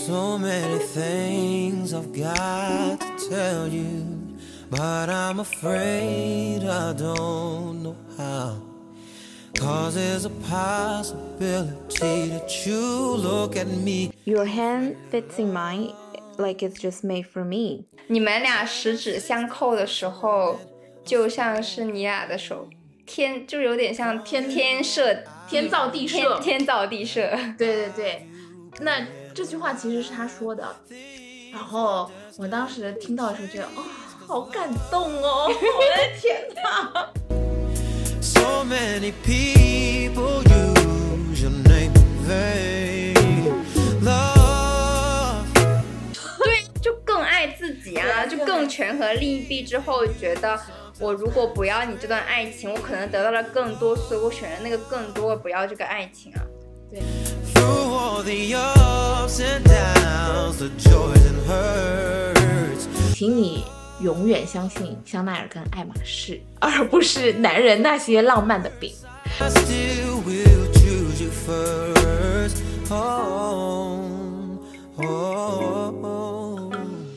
So many things I've got to tell you, but I'm afraid I don't know how. Cause there's a possibility that you look at me. Your hand fits in mine like it's just made for me. 你们俩十指相扣的时候，就像是你俩的手就有点像天造地设， 天造地设。 对对对，那这句话其实是他说的，然后我当时听到的时候觉得好感动哦，我的天哪。 So many people use your name in vain. Love. 对，就更爱自己啊，就更权衡利弊之后，觉得我如果不要你这段爱情，我可能得到了更多，所以我选择那个更多，不要这个爱情啊。 对。 Through all the ups and downs, the joys and hurts. 请你永远相信香奈儿跟爱马仕，而不是男人那些浪漫的饼。 I still will choose you first. Oh, oh, oh.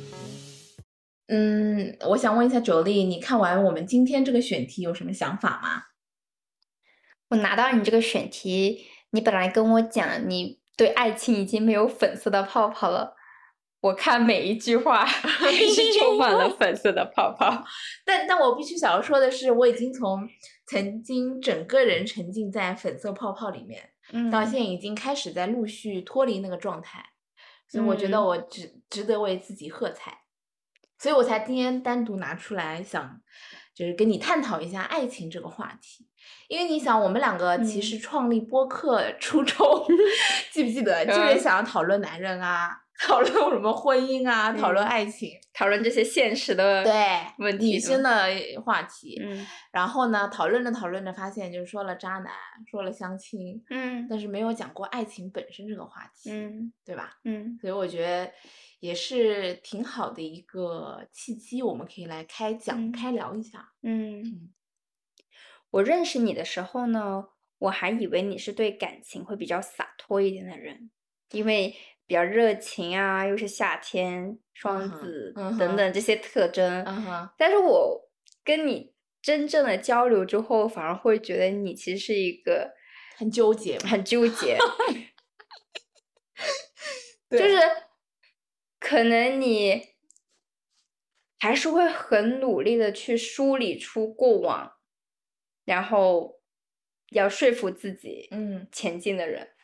我想问一下Jolie，你看完我们今天这个选题有什么想法吗？ 我拿到你这个选题，你本来跟我讲你对爱情已经没有粉色的泡泡了，我看每一句话还是充满了粉色的泡泡。 但我必须想要说的是，我已经从曾经整个人沉浸在粉色泡泡里面，到现在已经开始在陆续脱离那个状态，所以我觉得我值得为自己喝彩，所以我才今天单独拿出来想，就是跟你探讨一下爱情这个话题。因为你想，我们两个其实创立播客初衷，记不记得，就是想要讨论男人啊，讨论什么婚姻啊，讨论爱情， 讨论这些现实的问题， 女性的话题。然后呢，讨论着发现，就是说了渣男，说了相亲，但是没有讲过爱情本身这个话题，对吧？所以我觉得也是挺好的一个契机，我们可以来开聊一下。 我认识你的时候呢，我还以为你是对感情会比较洒脱一点的人，因为比较热情啊，又是夏天，双子等等这些特征。但是我跟你真正的交流之后，反而会觉得你其实是一个很纠结， 就是可能你还是会很努力的去梳理出过往，然后要说服自己前进的人。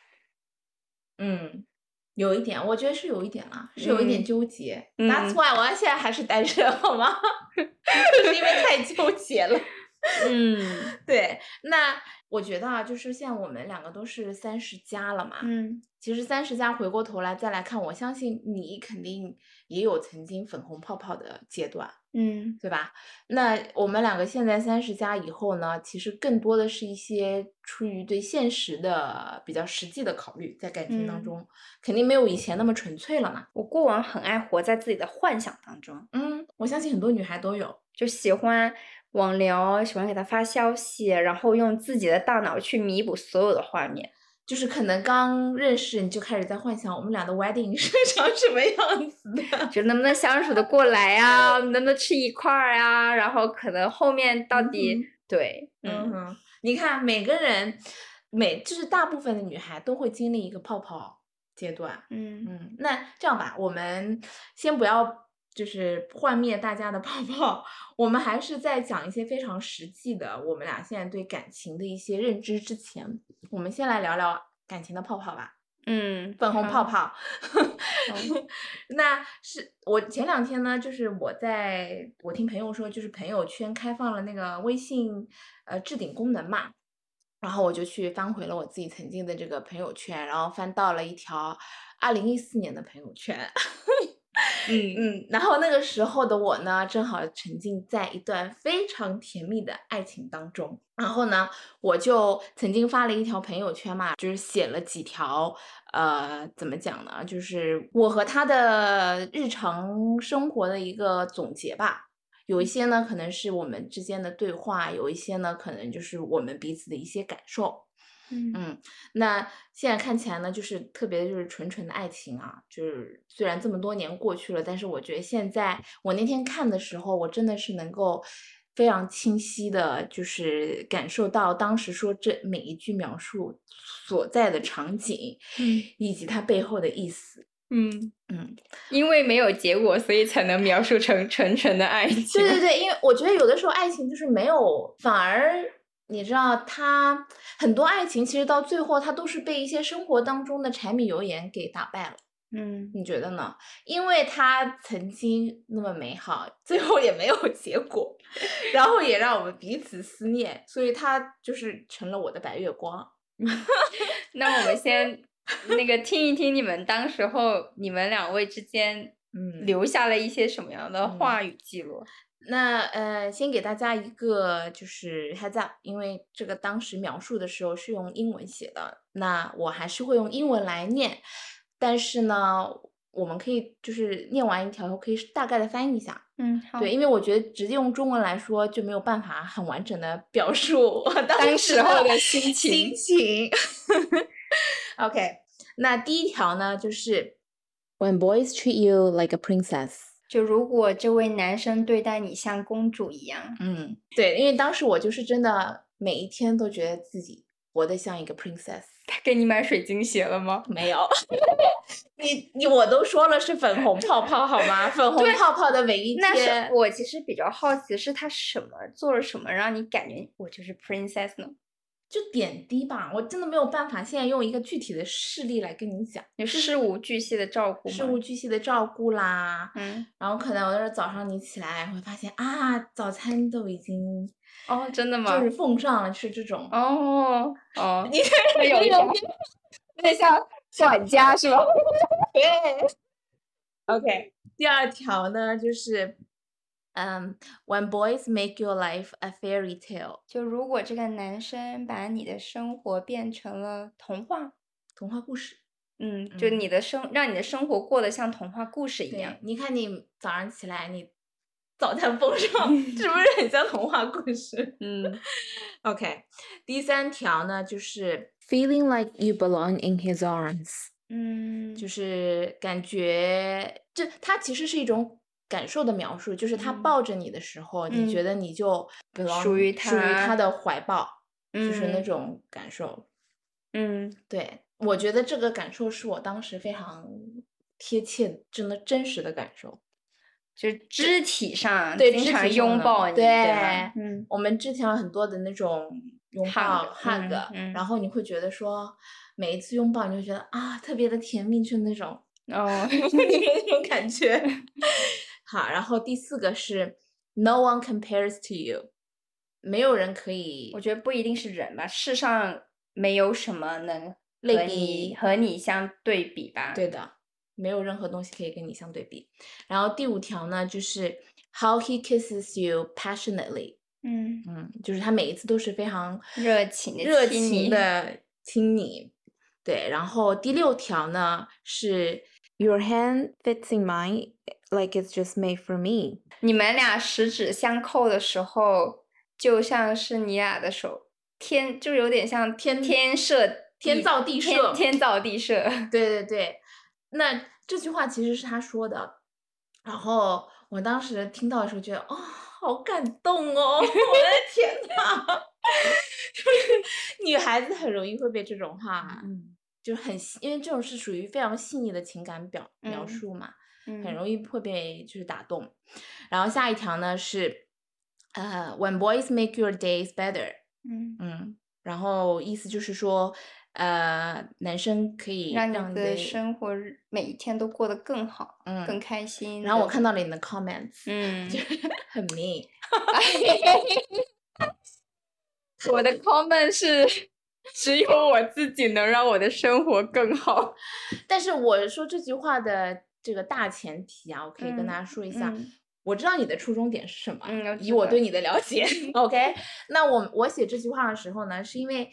有一点，我觉得是有一点啦，是有一点纠结。That's why 我现在还是单身，好吗？就是因为太纠结了。对，那我觉得啊，就是像我们两个都是30+了嘛，其实30+回过头来再来看，我相信你肯定也有曾经粉红泡泡的阶段，对吧？那我们两个现在30+以后呢，其实更多的是一些出于对现实的比较实际的考虑，在感情当中，肯定没有以前那么纯粹了嘛。 我过往很爱活在自己的幻想当中， 我相信很多女孩都有， 就喜欢网聊，喜欢给他发消息，然后用自己的大脑去弥补所有的画面。 就是可能刚认识你就开始在幻想我们俩的 wedding 是长什么样子的， 就能不能相处的过来啊，能不能吃一块儿啊，然后可能后面到底对， 你看每个人就是大部分的女孩都会经历一个泡泡阶段，那这样吧，我们先不要就是幻灭大家的泡泡，我们还是在讲一些非常实际的我们俩现在对感情的一些认知之前，我们先来聊聊感情的泡泡吧。粉红泡泡。那是我前2天呢，就是我听朋友说，就是朋友圈开放了那个微信置顶功能嘛，然后我就去翻回了我自己曾经的这个朋友圈，然后翻到了一条2014年的朋友圈。然后那个时候的我呢，正好沉浸在一段非常甜蜜的爱情当中。然后呢，我就曾经发了一条朋友圈嘛，就是写了几条，怎么讲呢？就是我和他的日常生活的一个总结吧。有一些呢，可能是我们之间的对话；有一些呢，可能就是我们彼此的一些感受。 那现在看起来呢，就是特别就是纯纯的爱情啊，就是虽然这么多年过去了，但是我觉得现在我那天看的时候，我真的是能够非常清晰的，就是感受到当时说这每一句描述所在的场景，以及它背后的意思。 因为没有结果，所以才能描述成纯纯的爱情。 对，因为我觉得有的时候爱情就是没有，反而你知道，它很多爱情其实到最后，它都是被一些生活当中的柴米油盐给打败了。你觉得呢？因为它曾经那么美好，最后也没有结果，然后也让我们彼此思念，所以它就是成了我的白月光。 那我们先那个听一听你们当时候你们两位之间留下了一些什么样的话语记录？ 那先给大家一个就是 heads up，因为这个当时描述的时候是用英文写的，那我还是会用英文来念，但是呢，我们可以就是念完一条后可以大概的翻译一下。 好。 对，因为我觉得直接用中文来说就没有办法很完整的表述我当时候的心情。OK， 那第一条呢就是 When boys treat you like a princess。 就如果这位男生对待你像公主一样。 对，因为当时我就是真的每一天都觉得自己活得像一个 princess。 他给你买水晶鞋了吗？ 没有。我都说了是粉红泡泡好吗？粉红泡泡的每一天。 那是我其实比较好奇，是他做了什么让你感觉我就是 princess 呢？ 就点滴吧，我真的没有办法现在用一个具体的事例来跟你讲。 事无巨细的照顾吗？ 事无巨细的照顾啦。然后可能有的时候早上你起来会发现啊，早餐都已经真的吗？ 就是奉上了，是这种。 你这有一点像管家是吧？ 对。OK， 第二条呢就是when boys make your life a fairy tale， 就如果这个男生把你的生活变成了童话故事， 就让你的生活过得像童话故事一样。 你看你早上起来，你早餐奉上，是不是很像童话故事？OK， 第三条呢就是 feeling like you belong in his arms，就是感觉它其实是一种感受的描述，就是他抱着你的时候，你觉得你就属于他的怀抱，就是那种感受。对，我觉得这个感受是我当时非常贴切、真实的感受， 就是肢体上经常拥抱你， 对吧？ 我们之前有很多的那种拥抱 hug，然后你会觉得说每一次拥抱你会觉得啊特别的甜蜜，就那种那种感觉。好，然后第四个是 no one compares to you， 没有人可以， 我觉得不一定是人吧，世上没有什么能和你相对比吧。 对的，没有任何东西可以跟你相对比。然后第五条呢就是 how he kisses you passionately， 就是他每一次都是非常热情的亲你。对，然后第六条呢是 your hand fits in mine like it's just made for me， 你们俩十指相扣的时候，就像是你俩的手就有点像天造地设。 对，那这句话其实是他说的，然后我当时听到的时候觉得好感动哦，我的天哪！就是女孩子很容易会被这种话，就因为这种是属于非常细腻的情感描述嘛，很容易会被就是打动。然后下一条呢是when boys make your days better， 然后意思就是说男生可以让你的生活每一天都过得更好，更开心。 然后我看到了你的 comments， 就是很 mean。 我的 comment 是只有我自己能让我的生活更好。 但是我说这句话的这个大前提啊，我可以跟大家说一下，我知道你的初衷点是什么，以我对你的了解OK， 那我写这句话的时候呢，是因为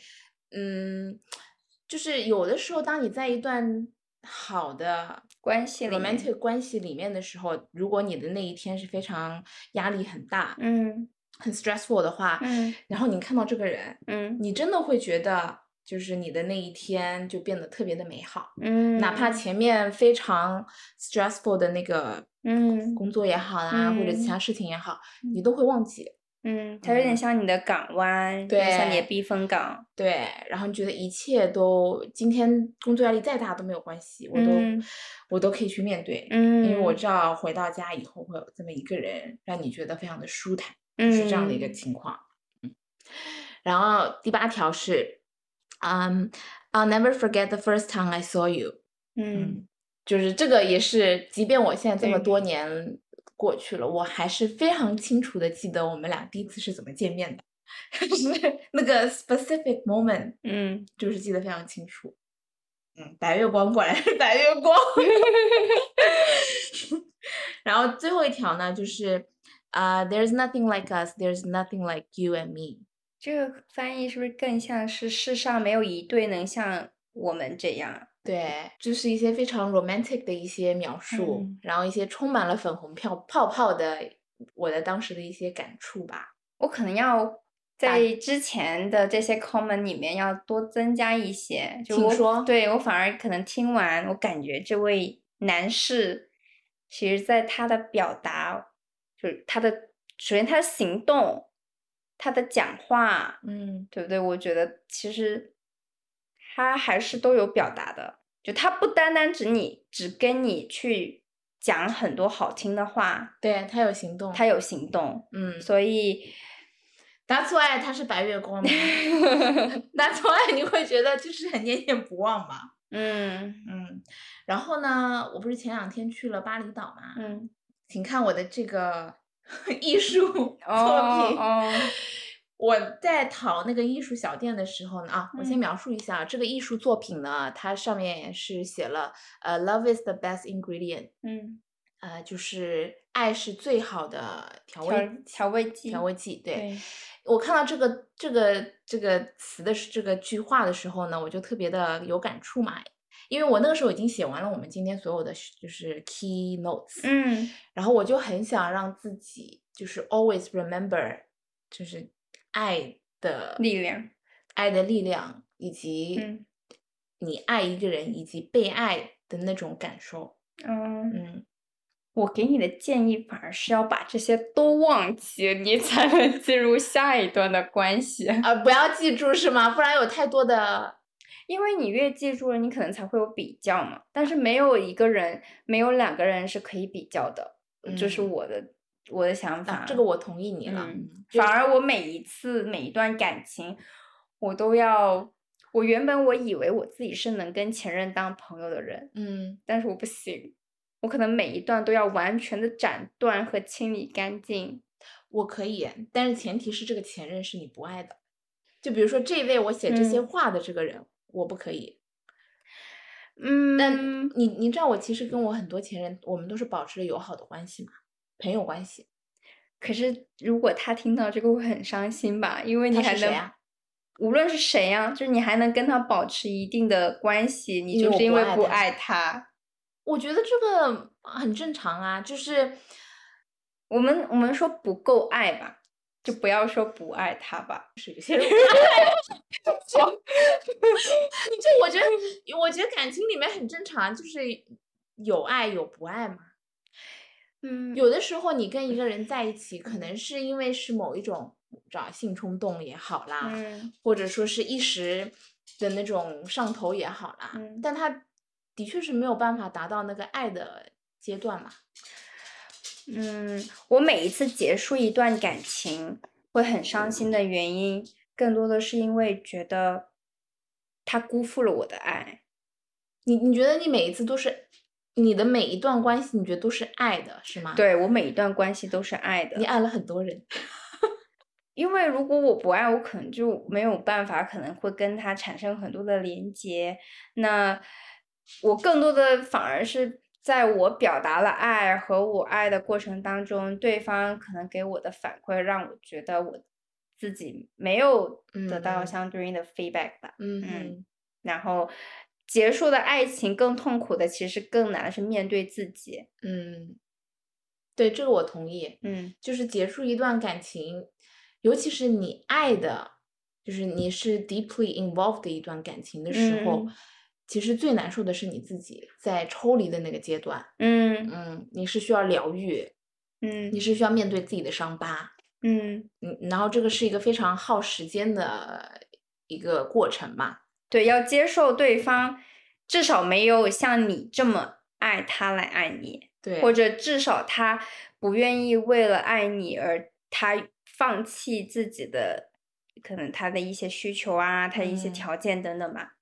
就是有的时候当你在一段好的关系 romantic 关系里面的时候，如果你的那一天是非常压力很大很 stressful 的话，然后你看到这个人你真的会觉得就是你的那一天就变得特别的美好。 嗯， 哪怕前面非常 stressful 的那个工作也好啦，或者其他事情也好，你都会忘记。 它有点像你的港湾，有点像你的避风港。 对，然后你觉得一切都今天工作压力再大都没有关系，我都可以去面对。因为我知道回到家以后会有这么一个人让你觉得非常的舒坦，就是这样的一个情况。然后第8条是I'll never forget the first time I saw you。就是这个也是，即便我现在这么多年过去了，我还是非常清楚的记得我们俩第一次是怎么见面的，就是那个 specific moment，就是记得非常清楚。白月光果然是白月光。然后最后一条呢，就是there's nothing like us, there's nothing like you and me。 这个翻译是不是更像是世上没有一对能像我们这样？ 对，就是一些非常 romantic 的一些描述，然后一些充满了粉红泡泡的我的当时的一些感触吧。 我可能要在之前的这些 comment 里面要多增加一些。 请说。 对，我反而可能听完，我感觉这位男士其实在他的表达，就是首先他的行动，他的讲话，对不对？我觉得其实他还是都有表达的，就他不单单只跟你去讲很多好听的话， 对，他有行动， 所以 That's why 他是白月光嘛。That's why 你会觉得就是很念念不忘嘛。然后呢，我不是前2天去了巴厘岛嘛，请看我的这个艺术作品。我在淘那个艺术小店的时候呢，我先描述一下这个艺术作品呢，它上面是写了love is the best ingredient。就是爱是最好的调味剂。对，我看到这个词的这个句话的时候呢，我就特别的有感触嘛，因为我那个时候已经写完了我们今天所有的就是 key notes。然后我就很想让自己就是 always remember， 就是爱的力量，以及你爱一个人以及被爱的那种感受。 我给你的建议反而是要把这些都忘记，你才能进入下一段的关系。 不要记住是吗？不然有太多的， 因为你越记住了，你可能才会有比较嘛。但是没有2个人是可以比较的，就是我的想法。 这个我同意你了。 反而我每一段感情，我原本我以为我自己是能跟前任当朋友的人，但是我不行。我可能每一段都要完全的斩断和清理干净。 我可以，但是前提是这个前任是你不爱的。就比如说这位我写这些话的这个人，我不可以。但你知道我其实跟我很多前任，我们都是保持着友好的关系嘛，朋友关系。 可是如果他听到这个会很伤心吧？因为你还能，无论是谁啊，就是你还能跟他保持一定的关系，你就是因为不爱他。 我觉得这个很正常啊，就是我们说不够爱吧，就不要说不爱他吧。 是有些人不爱。就我觉得感情里面很正常，就是有爱有不爱嘛。有的时候你跟一个人在一起，可能是因为是某一种性冲动也好啦，或者说是一时的那种上头也好啦，但他的确是没有办法达到那个爱的阶段嘛。 我每一次结束一段感情会很伤心的原因，更多的是因为觉得他辜负了我的爱。 你觉得你每一次都是你的每一段关系，你觉得都是爱的是吗？ 对，我每一段关系都是爱的。 你爱了很多人。 因为如果我不爱，我可能就没有办法，可能会跟他产生很多的连接。那我更多的反而是在我表达了爱和我爱的过程当中，对方可能给我的反馈让我觉得我自己没有得到相对应的 feedback 吧。然后结束的爱情更痛苦的，其实更难是面对自己。 对，这个我同意。就是结束一段感情，尤其是你爱的就是你是 deeply involved 的一段感情的时候，其实最难受的是你自己在抽离的那个阶段。你是需要疗愈，你是需要面对自己的伤疤，然后这个是一个非常耗时间的一个过程嘛。 对，要接受对方至少没有像你这么爱他来爱你， 对， 或者至少他不愿意为了爱你而他放弃自己的可能他的一些需求啊，他的一些条件等等吧。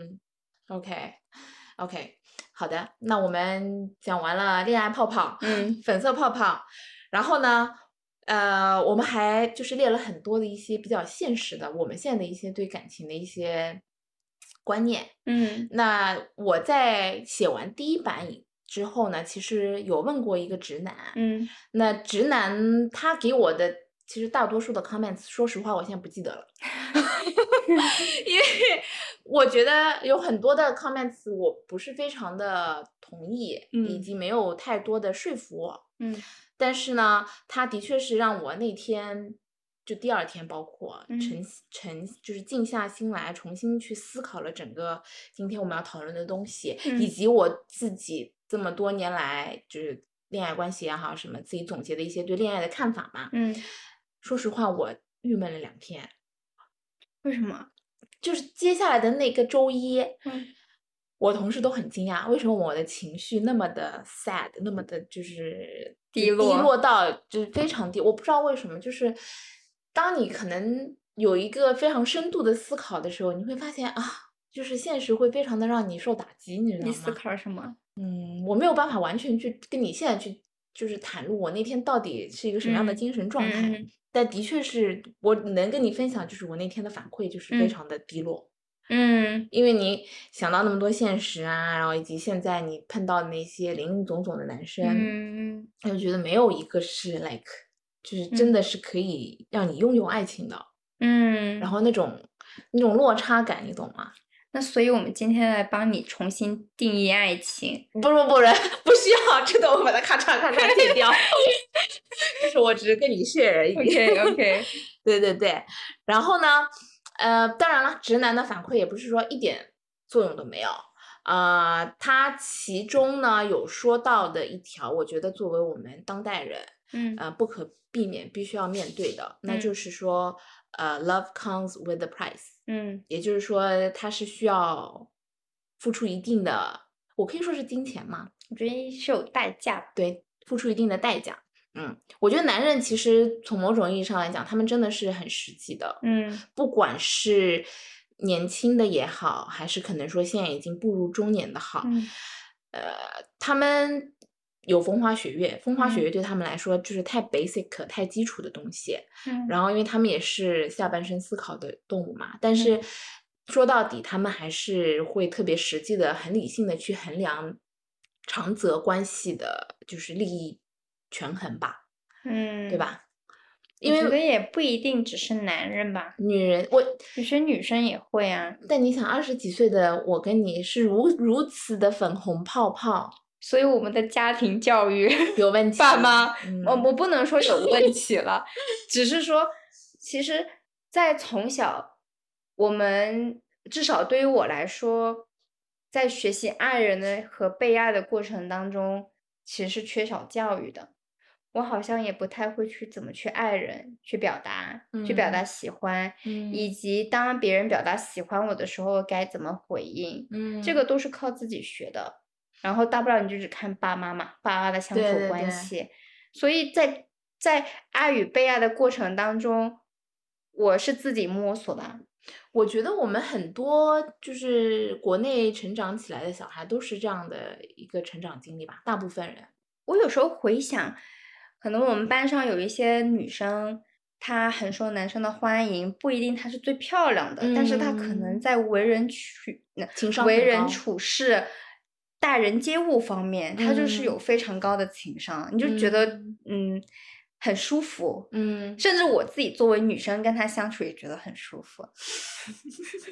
OK， 好的，那我们讲完了恋爱泡泡，粉色泡泡，然后呢，我们还就是列了很多的一些比较现实的，我们现在的一些对感情的一些观念。那我在写完第一版之后呢，其实有问过一个直男，那直男他给我的其实大多数的 comments， 说实话我现在不记得了，因为我觉得有很多的 comments 我不是非常的同意，以及没有太多的说服我。但是呢，他的确是让我那天就第二天，包括就是静下心来，重新去思考了整个今天我们要讨论的东西，以及我自己这么多年来就是恋爱关系也好，什么自己总结的一些对恋爱的看法嘛。说实话，我郁闷了2天。 为什么？ 就是接下来的那个周一，我同事都很惊讶，为什么我的情绪那么的 sad， 那么的就是低落到就是非常低。我不知道为什么，就是当你可能有一个非常深度的思考的时候，你会发现啊，就是现实会非常的让你受打击，你知道吗？ 你思考什么？ 我没有办法完全去跟你现在去就是袒露我那天到底是一个什么样的精神状态。但的确是我能跟你分享，就是我那天的反馈就是非常的低落。因为你想到那么多现实啊，然后以及现在你碰到的那些林林总总的男生，就觉得没有一个是 like 就是真的是可以让你拥有爱情的。然后那种落差感，你懂吗？ 那所以我们今天来帮你重新定义爱情。 不需要，这个我把它咔嚓咔嚓剪掉。就是我只是跟你share而已。 OK 对。然后呢，当然了，直男的反馈也不是说一点作用都没有。他其中呢有说到的一条，我觉得作为我们当代人，不可避免必须要面对的，那就是说，love comes with a price。也就是说，它是需要付出一定的，我可以说是金钱吗？ 我觉得是有代价。 对，付出一定的代价。我觉得男人其实从某种意义上来讲，他们真的是很实际的。不管是年轻的也好，还是可能说现在已经步入中年的好，他们有风花雪月，风花雪月对他们来说就是太 basic 太基础的东西。然后因为他们也是下半身思考的动物嘛，但是说到底他们还是会特别实际的很理性的去衡量长则关系的就是利益权衡吧。对吧？因为我觉得也不一定只是男人吧， 女人有些女生也会啊。 但你想20几岁的我跟你是如此的粉红泡泡， 所以我们的家庭教育有问题。 爸妈，我不能说有问题了，只是说其实在从小我们至少对于我来说，在学习爱人的和被爱的过程当中，其实是缺少教育的。我好像也不太会去怎么去爱人，去表达喜欢，以及当别人表达喜欢我的时候该怎么回应，这个都是靠自己学的。然后大不了你就只看爸妈的相处关系。 对。 所以在爱与被爱的过程当中，我是自己摸索的。 我觉得我们很多就是国内成长起来的小孩都是这样的一个成长经历吧，大部分人。 我有时候回想，可能我们班上有一些女生，她很受男生的欢迎，不一定她是最漂亮的，但是她可能在为人处事、待人接物方面，她就是有非常高的情商，你就觉得很舒服。甚至我自己作为女生跟她相处也觉得很舒服。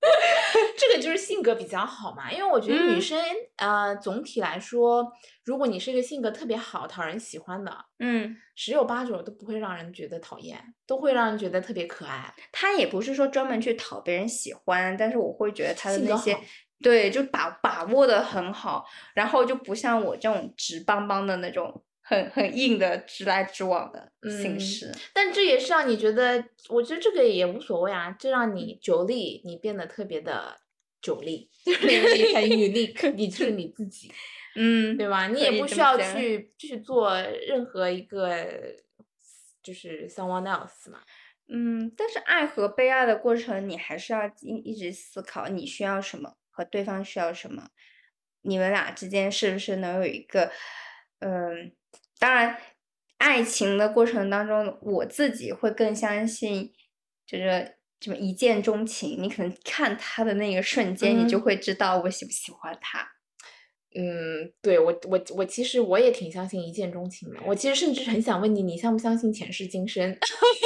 这个就是性格比较好嘛，因为我觉得女生总体来说，如果你是一个性格特别好、讨人喜欢的，十有八九都不会让人觉得讨厌，都会让人觉得特别可爱。 他也不是说专门去讨别人喜欢，但是我会觉得他的那些对， 就把握的很好，然后就不像我这种直邦邦的那种很硬的直来直往的形式。 但这也是让你觉得，我觉得这个也无所谓啊，这让你酒力，你变得特别的酒力，就是你很 unique， 你就是你自己，对吧？你也不需要去做任何一个就是 someone else 嘛。 但是爱和被爱的过程，你还是要一直思考你需要什么和对方需要什么，你们俩之间是不是能有一个，当然，爱情的过程当中，我自己会更相信，就是这么一见钟情。你可能看他的那个瞬间，你就会知道我喜不喜欢他。 对，我其实我也挺相信一见钟情的。我其实甚至很想问你，你相不相信前世今生？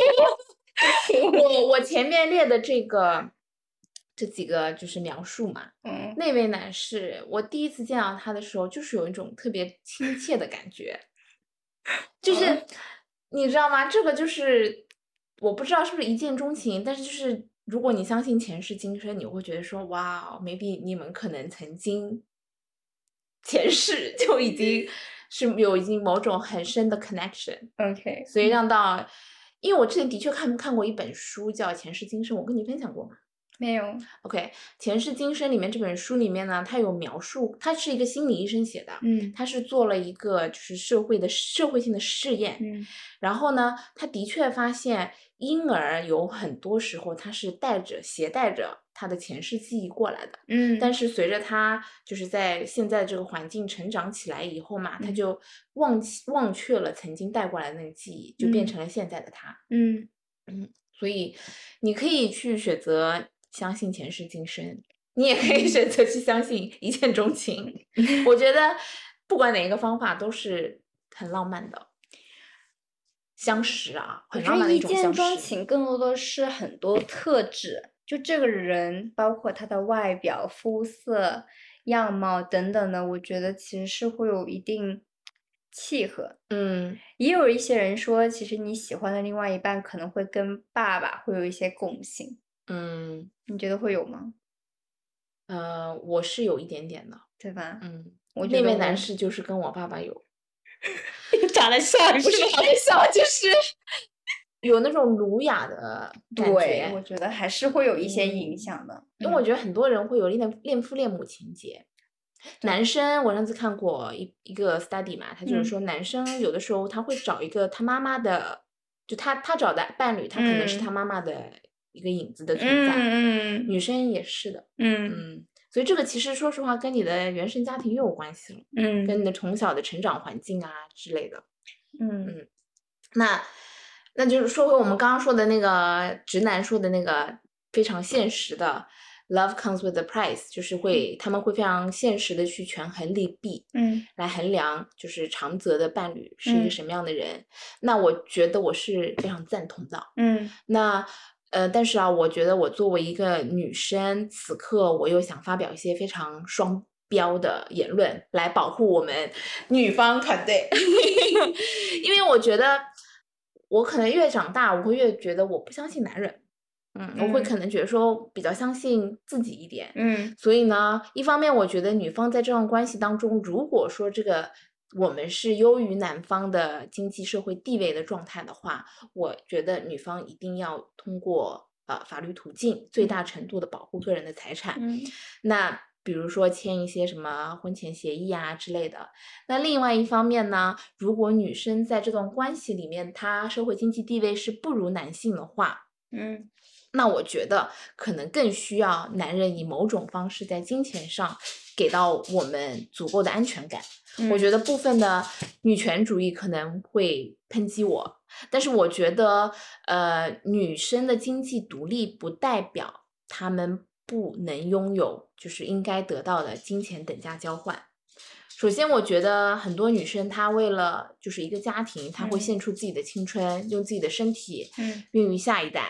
我前面列的这几个就是描述嘛，那位男士，我第一次见到他的时候，就是有一种特别亲切的感觉，就是你知道吗？这个就是我不知道是不是一见钟情，但是就是如果你相信前世今生，你会觉得说，哇 ，maybe 你们可能曾经前世就已经是有某种很深的 connection。OK， 所以让到。因为我之前的确看过一本书叫《前世今生》，我跟你分享过吗？ 没有。 OK，《前世今生》里面这本书里面呢，它有描述，它是一个心理医生写的，他是做了一个就是社会性的试验，然后呢，他的确发现婴儿有很多时候他是携带着他的前世记忆过来的，但是随着他就是在现在这个环境成长起来以后嘛，他就忘却了曾经带过来的那个记忆，就变成了现在的他，所以你可以去选择相信前世今生，你也可以选择去相信一见钟情。我觉得不管哪一个方法都是很浪漫的相识啊，很浪漫的一种相识。 我觉得一见钟情更多的是很多特质，就这个人包括他的外表、肤色、样貌等等的，我觉得其实是会有一定契合。也有一些人说，其实你喜欢的另外一半可能会跟爸爸会有一些共性。你觉得会有吗？ 我是有一点点的， 对吧？ 我那位男士就是跟我爸爸有长得像， 不是长得像，就是有那种儒雅的感觉。 对，我觉得还是会有一些影响的， 因为我觉得很多人会有恋父恋母情节。男生，我上次看过一个 study 嘛，他就是说男生有的时候他会找一个他妈妈的，就他找的伴侣，他可能是他妈妈的一个影子的存在。女生也是的。所以这个其实说实话跟你的原生家庭又有关系了。跟你的从小的成长环境啊之类的。那就是说回我们刚刚说的那个直男说的那个非常现实的 love comes with a price， 就是他们会非常现实的去权衡利弊，来衡量就是长泽的伴侣是一个什么样的人。那我觉得我是非常赞同的。但是啊，我觉得我作为一个女生，此刻我又想发表一些非常双标的言论来保护我们女方团队。因为我觉得我可能越长大，我会越觉得我不相信男人。我会可能觉得说比较相信自己一点。所以呢，一方面我觉得女方在这段关系当中，如果说这个我们是优于男方的经济社会地位的状态的话，我觉得女方一定要通过法律途径最大程度的保护个人的财产。那比如说签一些什么婚前协议啊之类的。那另外一方面呢，如果女生在这段关系里面她社会经济地位是不如男性的话，那我觉得可能更需要男人以某种方式在金钱上给到我们足够的安全感。我觉得部分的女权主义可能会抨击我，但是我觉得女生的经济独立不代表她们不能拥有就是应该得到的金钱等价交换。首先我觉得很多女生她为了就是一个家庭，她会献出自己的青春，用自己的身体孕育下一代。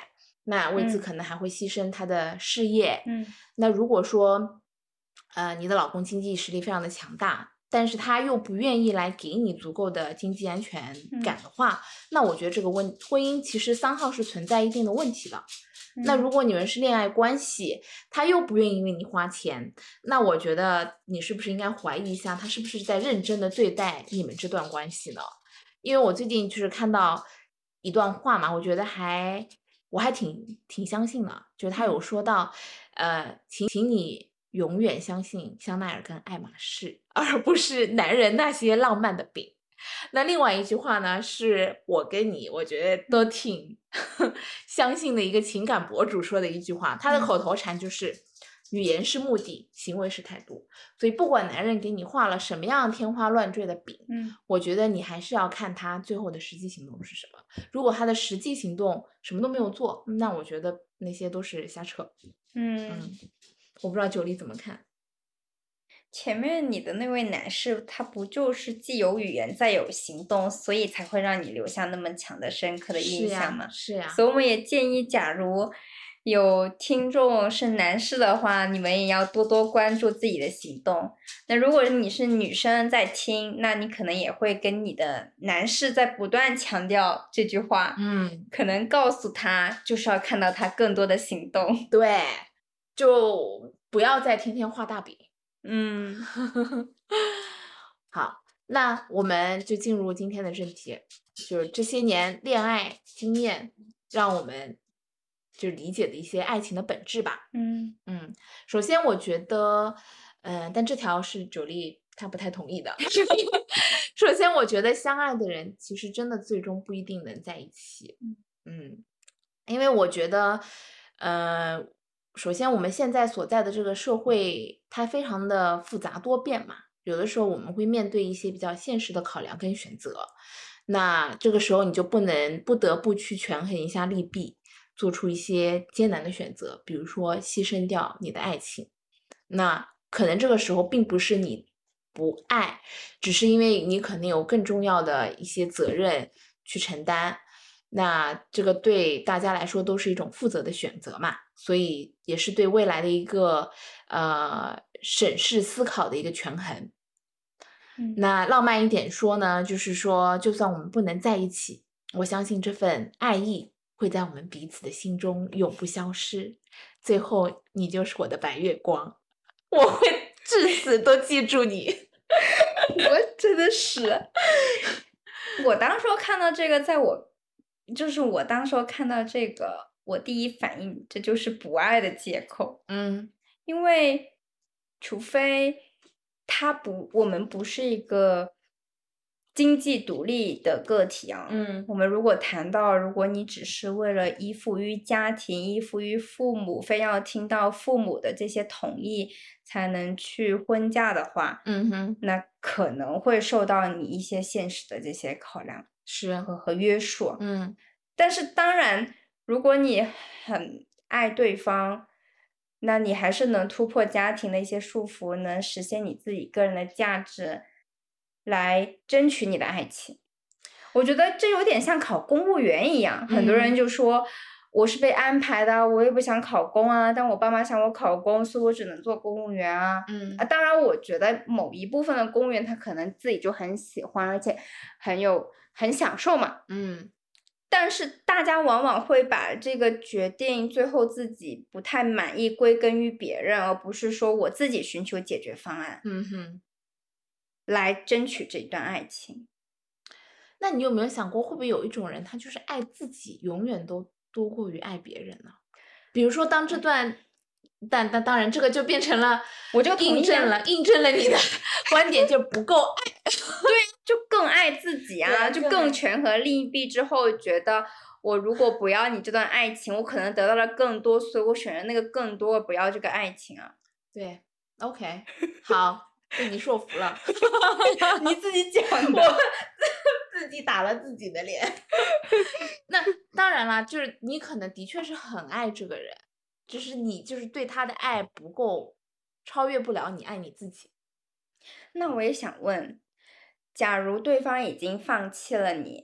那为此可能还会牺牲他的事业。 那如果说你的老公经济实力非常的强大，但是他又不愿意来给你足够的经济安全感的话，那我觉得这个婚姻其实3号是存在一定的问题的。那如果你们是恋爱关系，他又不愿意为你花钱，那我觉得你是不是应该怀疑一下，他是不是在认真的对待你们这段关系呢？因为我最近就是看到一段话嘛，我觉得我还挺相信的，就是他有说到，请你永远相信香奈儿跟爱马仕，而不是男人那些浪漫的饼。那另外一句话呢，是我跟你我觉得都挺相信的一个情感博主说的一句话，他的口头禅就是语言是目的，行为是态度。所以不管男人给你画了什么样天花乱坠的饼，我觉得你还是要看他最后的实际行动是什么。如果他的实际行动什么都没有做，那我觉得那些都是瞎扯。我不知道九莉怎么看。 前面你的那位男士，他不就是既有语言再有行动，所以才会让你留下那么强的深刻的印象吗？ 是呀。 所以我们也建议，假如有听众是男士的话，你们也要多多关注自己的行动。那如果你是女生在听，那你可能也会跟你的男士在不断强调这句话，可能告诉他就是要看到他更多的行动。 对，就不要再天天画大饼。好，那我们就进入今天的正题，就是这些年恋爱经验让我们就理解的一些爱情的本质吧。首先我觉得但这条是九莉她不太同意的。首先我觉得相爱的人其实真的最终不一定能在一起。因为我觉得首先我们现在所在的这个社会它非常的复杂多变嘛，有的时候我们会面对一些比较现实的考量跟选择，那这个时候你就不得不去权衡一下利弊，做出一些艰难的选择，比如说牺牲掉你的爱情。那可能这个时候并不是你不爱，只是因为你可能有更重要的一些责任去承担，那这个对大家来说都是一种负责的选择嘛，所以也是对未来的一个审视思考的一个权衡。那浪漫一点说呢，就是说就算我们不能在一起，我相信这份爱意会在我们彼此的心中永不消失，最后你就是我的白月光，我会至死都记住你。 我真的是我当时看到这个，我当时看到这个，我第一反应这就是不爱的借口。因为除非我们不是一个经济独立的个体啊。我们如果谈到，如果你只是为了依附于家庭、依附于父母，非要听到父母的这些同意才能去婚嫁的话，那可能会受到你一些现实的这些考量和约束。但是当然，如果你很爱对方，那你还是能突破家庭的一些束缚，能实现你自己个人的价值，来争取你的爱情。我觉得这有点像考公务员一样，很多人就说我是被安排的，我也不想考公啊，但我爸妈想我考公，所以我只能做公务员啊。当然我觉得某一部分的公务员他可能自己就很喜欢，而且很享受嘛。但是大家往往会把这个决定最后自己不太满意归根于别人，而不是说我自己寻求解决方案，来争取这段爱情。 那你有没有想过，会不会有一种人，他就是爱自己永远都多过于爱别人呢？比如说当这段但当然这个就变成了我就印证了你的观点，就不够爱。 对，就更爱自己啊，就更权衡利弊之后，觉得我如果不要你这段爱情，我可能得到了更多，所以我选择那个更多，不要这个爱情啊。 对 ，OK， 好，被你说服了。 你自己讲的。 我自己打了自己的脸。那当然啦，就是你可能的确是很爱这个人，就是你就是对他的爱不够，超越不了你爱你自己。 那我也想问，假如对方已经放弃了你，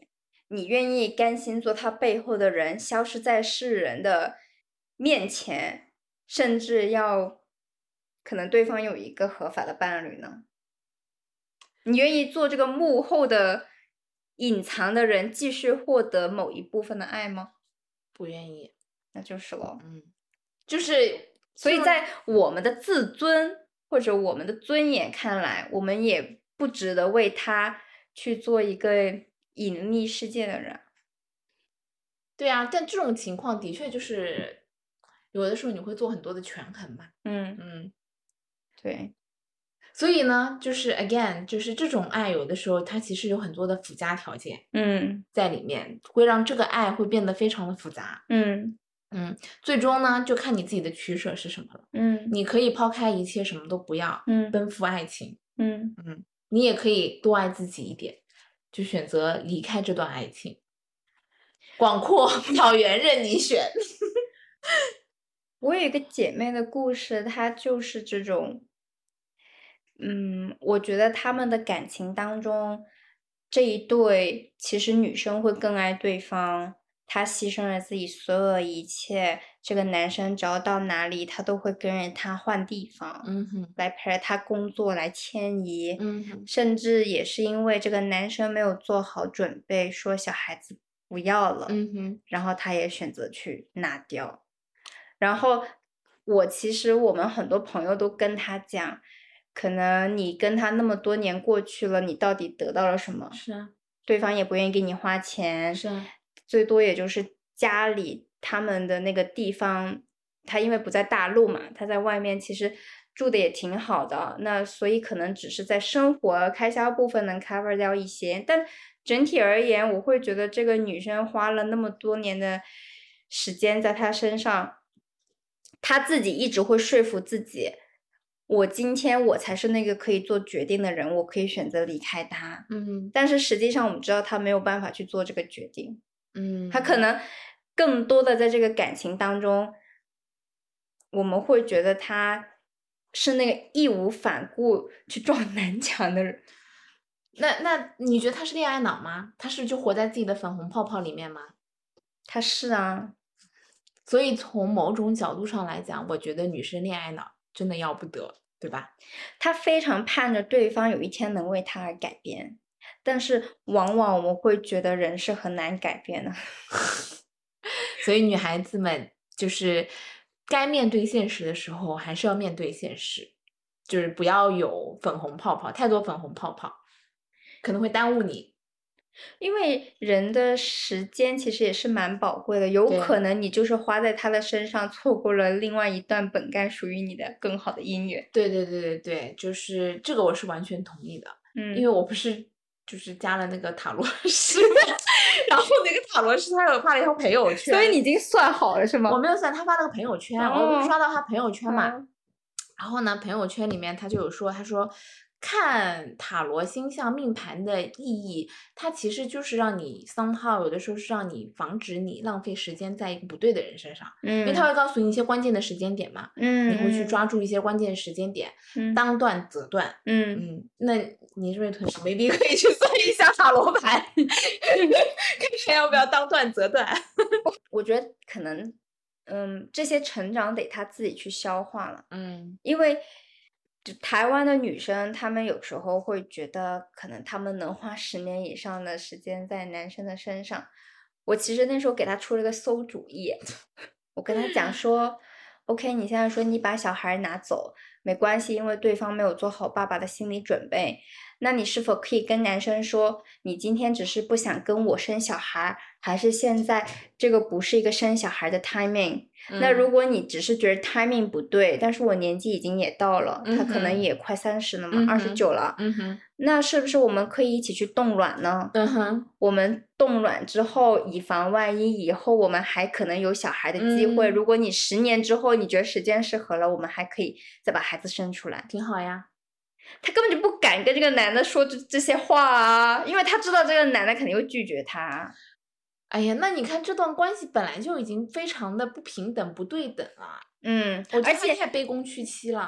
你愿意甘心做他背后的人，消失在世人的面前，甚至要可能对方有一个合法的伴侣呢？你愿意做这个幕后的隐藏的人，继续获得某一部分的爱吗？ 不愿意。 那就是了。 就是所以在我们的自尊或者我们的尊严看来，我们也不值得为他去做一个隐匿世界的人。 对啊，但这种情况的确就是有的时候你会做很多的权衡嘛。 对。 所以呢，就是 again， 就是这种爱有的时候它其实有很多的附加条件在里面，会让这个爱会变得非常的复杂。最终呢就看你自己的取舍是什么了。你可以抛开一切什么都不要，奔赴爱情。你也可以多爱自己一点，就选择离开这段爱情。广阔草原任你选。 我有一个姐妹的故事，她就是这种，我觉得他们的感情当中，这一对其实女生会更爱对方，她牺牲了自己所有的一切，这个男生只要到哪里，他都会跟着他换地方，来陪着他工作，来迁移，甚至也是因为这个男生没有做好准备，说小孩子不要了，然后他也选择去拿掉。然后我们很多朋友都跟他讲，可能你跟他那么多年过去了，你到底得到了什么？ 是啊， 对方也不愿意给你花钱， 是啊， 最多也就是家里他们的那个地方，他因为不在大陆嘛，他在外面其实住的也挺好的，那所以可能只是在生活开销部分能 cover 掉一些，但整体而言，我会觉得这个女生花了那么多年的时间在他身上，他自己一直会说服自己，今天我才是那个可以做决定的人，我可以选择离开他。但是实际上我们知道他没有办法去做这个决定。他可能更多的在这个感情当中，我们会觉得他是那个义无反顾去撞南墙的人。 那你觉得他是恋爱脑吗？他是就活在自己的粉红泡泡里面吗？ 他是啊。 所以从某种角度上来讲，我觉得女生恋爱脑真的要不得，对吧？ 他非常盼着对方有一天能为他而改变，但是往往我们会觉得人是很难改变的。 所以女孩子们就是该面对现实的时候还是要面对现实，就是不要有粉红泡泡，太多粉红泡泡可能会耽误你。 因为人的时间其实也是蛮宝贵的，有可能你就是花在他的身上，错过了另外一段本该属于你的更好的姻缘。 对，就是这个我是完全同意的。因为我不是就是加了那个塔罗师，然后那个塔罗师他有发了一条朋友圈， 所以你已经算好了是吗？ 我没有算，他发了个朋友圈，我不是刷到他朋友圈嘛，然后呢，朋友圈里面他就有说，他说看塔罗星象命盘的意义，它其实就是让你somehow有的时候是让你防止你浪费时间在一个不对的人身上，因为他会告诉你一些关键的时间点嘛，你会去抓住一些关键时间点，当断则断。那你认为同学 maybe 可以去算一下塔罗牌，看看要不要当断则断。 我觉得可能这些成长得他自己去消化了。因为就台湾的女生，她们有时候会觉得，可能她们能花10年以上的时间在男生的身上。我其实那时候给她出了个馊主意，我跟她讲说，OK， 你现在说你把小孩拿走没关系，因为对方没有做好爸爸的心理准备。那你是否可以跟男生说，你今天只是不想跟我生小孩，还是现在这个不是一个生小孩的 timing？那如果你只是觉得 timing 不对，但是我年纪已经也到了，他可能也快30了嘛，29了，那是不是我们可以一起去冻卵呢？我们冻卵之后，以防万一，以后我们还可能有小孩的机会。如果你10年之后你觉得时间适合了，我们还可以再把孩子生出来， 挺好呀。 他根本就不敢跟这个男的说这些话啊，因为他知道这个男的肯定会拒绝他。 哎呀，那你看这段关系本来就已经非常的不平等、不对等了。 而且太卑躬屈膝了。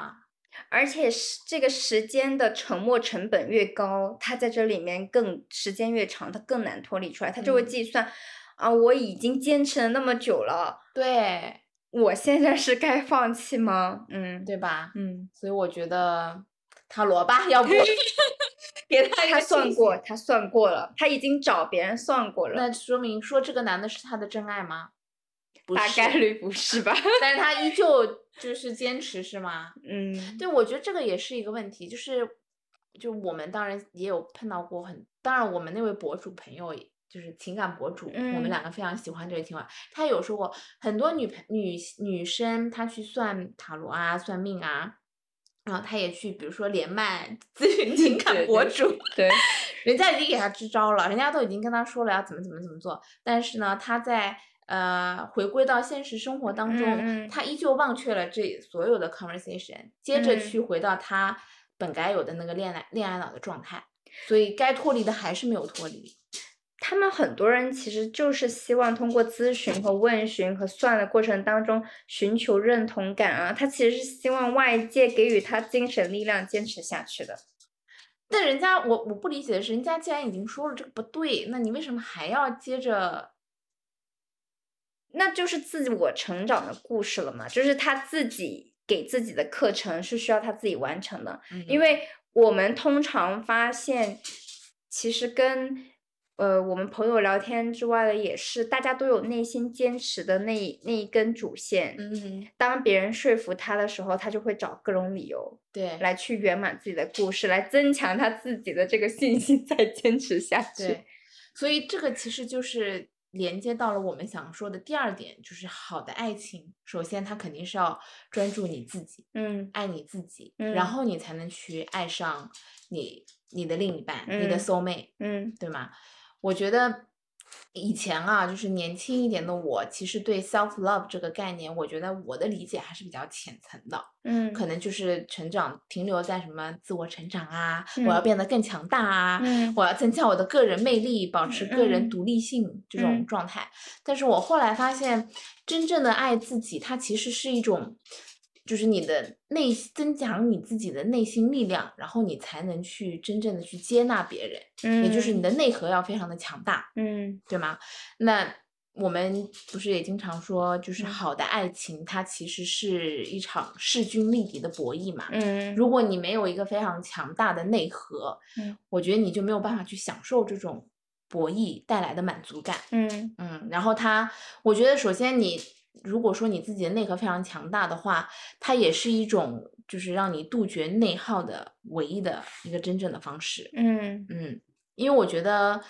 而且这个时间的沉没成本越高，他在这里面时间越长，他更难脱离出来，他就会计算，我已经坚持了那么久了， 对， 我现在是该放弃吗？ 对吧？ 嗯， 所以我觉得塔罗吧，要不给他一个算过，他算过了，他已经找别人算过了。 那说明说这个男的是他的真爱吗？ 大概率不是吧？ 但是他依旧就是坚持，是吗？ 嗯， 对，我觉得这个也是一个问题，就我们当然也有碰到过当然我们那位博主朋友就是情感博主，我们两个非常喜欢这个情况。他有说过很多女生她去算塔罗啊、算命啊，然后她也去比如说连麦咨询情感博主， 对， 人家已经给她支招了，人家都已经跟她说了要怎么做，但是呢，她在回归到现实生活当中，他依旧忘却了这所有的 conversation，接着去回到他本该有的那个恋爱脑的状态，所以该脱离的还是没有脱离。 他们很多人其实就是希望通过咨询和问询和算的过程当中寻求认同感啊，他其实是希望外界给予他精神力量坚持下去的。 但人家我不理解的是，人家既然已经说了这个不对，那你为什么还要接着？ 那就是自我成长的故事了嘛，就是他自己给自己的课程是需要他自己完成的，因为我们通常发现，其实跟我们朋友聊天之外的也是，大家都有内心坚持的那一根主线，当别人说服他的时候，他就会找各种理由， 对， 来去圆满自己的故事，来增强他自己的这个信心，再坚持下去。 对，所以这个其实就是连接到了我们想说的第二点，就是好的爱情，首先它肯定是要专注你自己，爱你自己，然后你才能去爱上你的另一半，你的 soul mate，对吗？我觉得以前啊，就是年轻一点的我，其实对 self love 这个概念，我觉得我的理解还是比较浅层的，可能就是成长停留在什么自我成长啊，我要变得更强大啊，我要增加我的个人魅力，保持个人独立性这种状态。但是我后来发现，真正的爱自己，它其实是一种。就是你的增强你自己的内心力量，然后你才能去真正的去接纳别人，也就是你的内核要非常的强大，对吗？那我们不是也经常说，就是好的爱情，它其实是一场势均力敌的博弈嘛，如果你没有一个非常强大的内核，我觉得你就没有办法去享受这种博弈带来的满足感，然后我觉得首先如果说你自己的内核非常强大的话，它也是一种就是让你杜绝内耗的唯一的一个真正的方式。因为我觉得，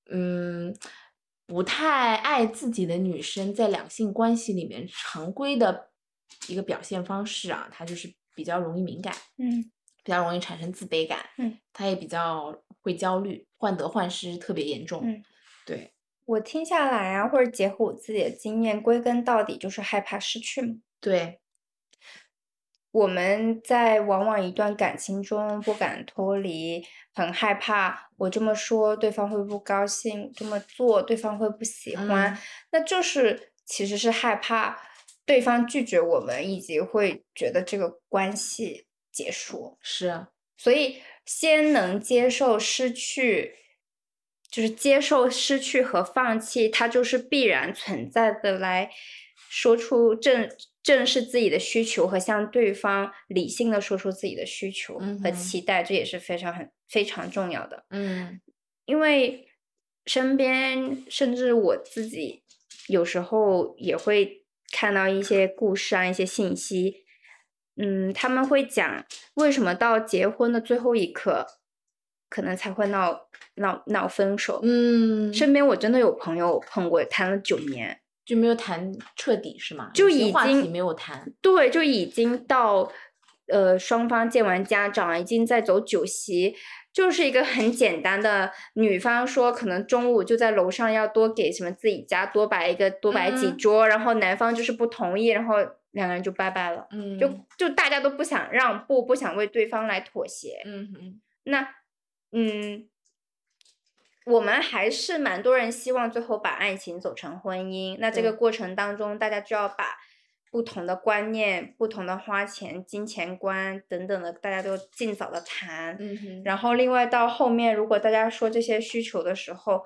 不太爱自己的女生在两性关系里面常规的一个表现方式啊，她就是比较容易敏感，比较容易产生自卑感，她也比较会焦虑，患得患失特别严重，对。 我听下来啊，或者结合我自己的经验，归根到底就是害怕失去嘛。 对， 我们在往往一段感情中不敢脱离，很害怕我这么说对方会不高兴，这么做对方会不喜欢，那就是其实是害怕对方拒绝我们，以及会觉得这个关系结束。 是， 所以先能接受失去。就是接受失去和放弃，它就是必然存在的，来说出正视自己的需求和向对方理性的说出自己的需求和期待，这也是非常重要的。因为身边甚至我自己有时候也会看到一些故事啊，一些信息，他们会讲为什么到结婚的最后一刻可能才会闹分手。身边我真的有朋友碰过，谈了9年就没有谈彻底是吗？ 就已经话题没有谈， 对，就已经到双方见完家长，已经在走酒席，就是一个很简单的，女方说可能中午就在楼上要多给什么自己家多摆几桌，然后男方就是不同意，然后两个人就拜拜了。就大家都不想让步，不想为对方来妥协。那我们还是蛮多人希望最后把爱情走成婚姻，那这个过程当中大家就要把不同的观念、不同的花钱、金钱观等等的，大家都尽早的谈。然后另外到后面，如果大家说这些需求的时候，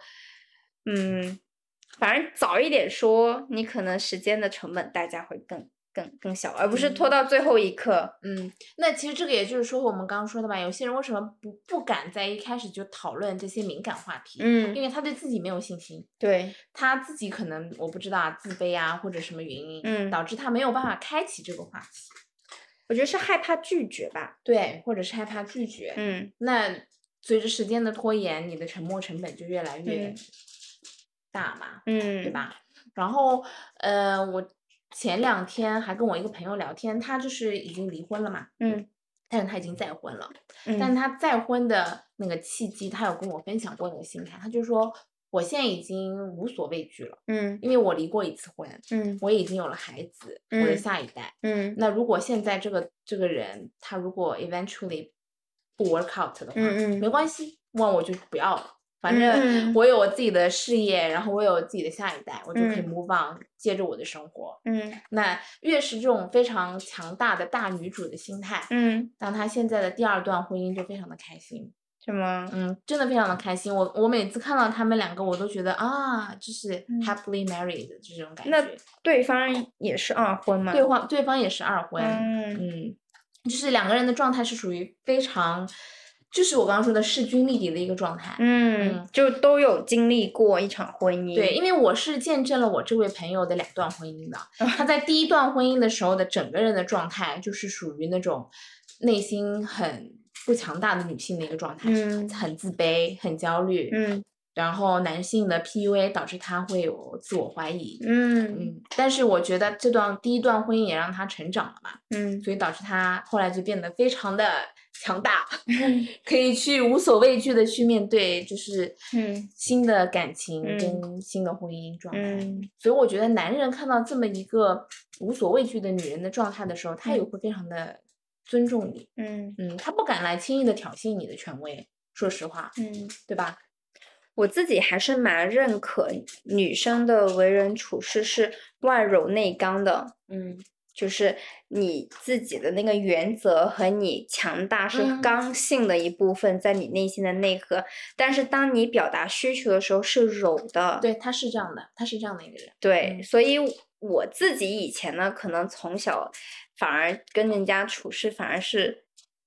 反正早一点说，你可能时间的成本代价会更小，而不是拖到最后一刻。 那其实这个也就是说我们刚刚说的吧，有些人为什么不敢在一开始就讨论这些敏感话题？因为他对自己没有信心， 对， 他自己可能我不知道自卑啊或者什么原因，导致他没有办法开启这个话题。 我觉得是害怕拒绝吧， 对，或者是害怕拒绝。那随着时间的拖延，你的沉没成本就越来越大嘛，对吧？然后我前2天还跟我一个朋友聊天，他就是已经离婚了嘛，但是他已经再婚了，但是他再婚的那个契机，他有跟我分享过那个心态，他就说我现在已经无所畏惧了，因为我离过1次婚，我已经有了孩子，我的下一代，那如果现在这个人他如果 eventually 不 work out 的话，没关系，那我就不要了。反正我有我自己的事业，然后我有自己的下一代，我就可以 move on，接着我的生活。那越是这种非常强大的大女主的心态，当她现在的第2段婚姻就非常的开心。 是吗？ 真的非常的开心。我每次看到他们2个，我都觉得啊，就是 happily married 这种感觉。 那对方也是2婚吗？ 对方也是2婚。就是2个人的状态是属于非常。就是我刚刚说的势均力敌的一个状态， 就都有经历过一场婚姻。 对，因为我是见证了我这位朋友的2段婚姻的。他在第1段婚姻的时候的整个人的状态，就是属于那种内心很不强大的女性的一个状态，很自卑，很焦虑，然后男性的 PUA 导致他会有自我怀疑，但是我觉得这第1段婚姻也让他成长了嘛，所以导致他后来就变得非常的强大，可以去无所畏惧的去面对，就是新的感情跟新的婚姻状态。所以我觉得男人看到这么一个无所畏惧的女人的状态的时候，他也会非常的尊重你，他不敢来轻易的挑衅你的权威，说实话，对吧？ 我自己还是蛮认可女生的为人处事是外柔内刚的，就是你自己的那个原则和你强大是刚性的一部分，在你内心的内核，但是当你表达需求的时候是柔的。 对，他是这样的，他是这样的一个人。 对，所以我自己以前呢，可能从小反而跟人家处事反而是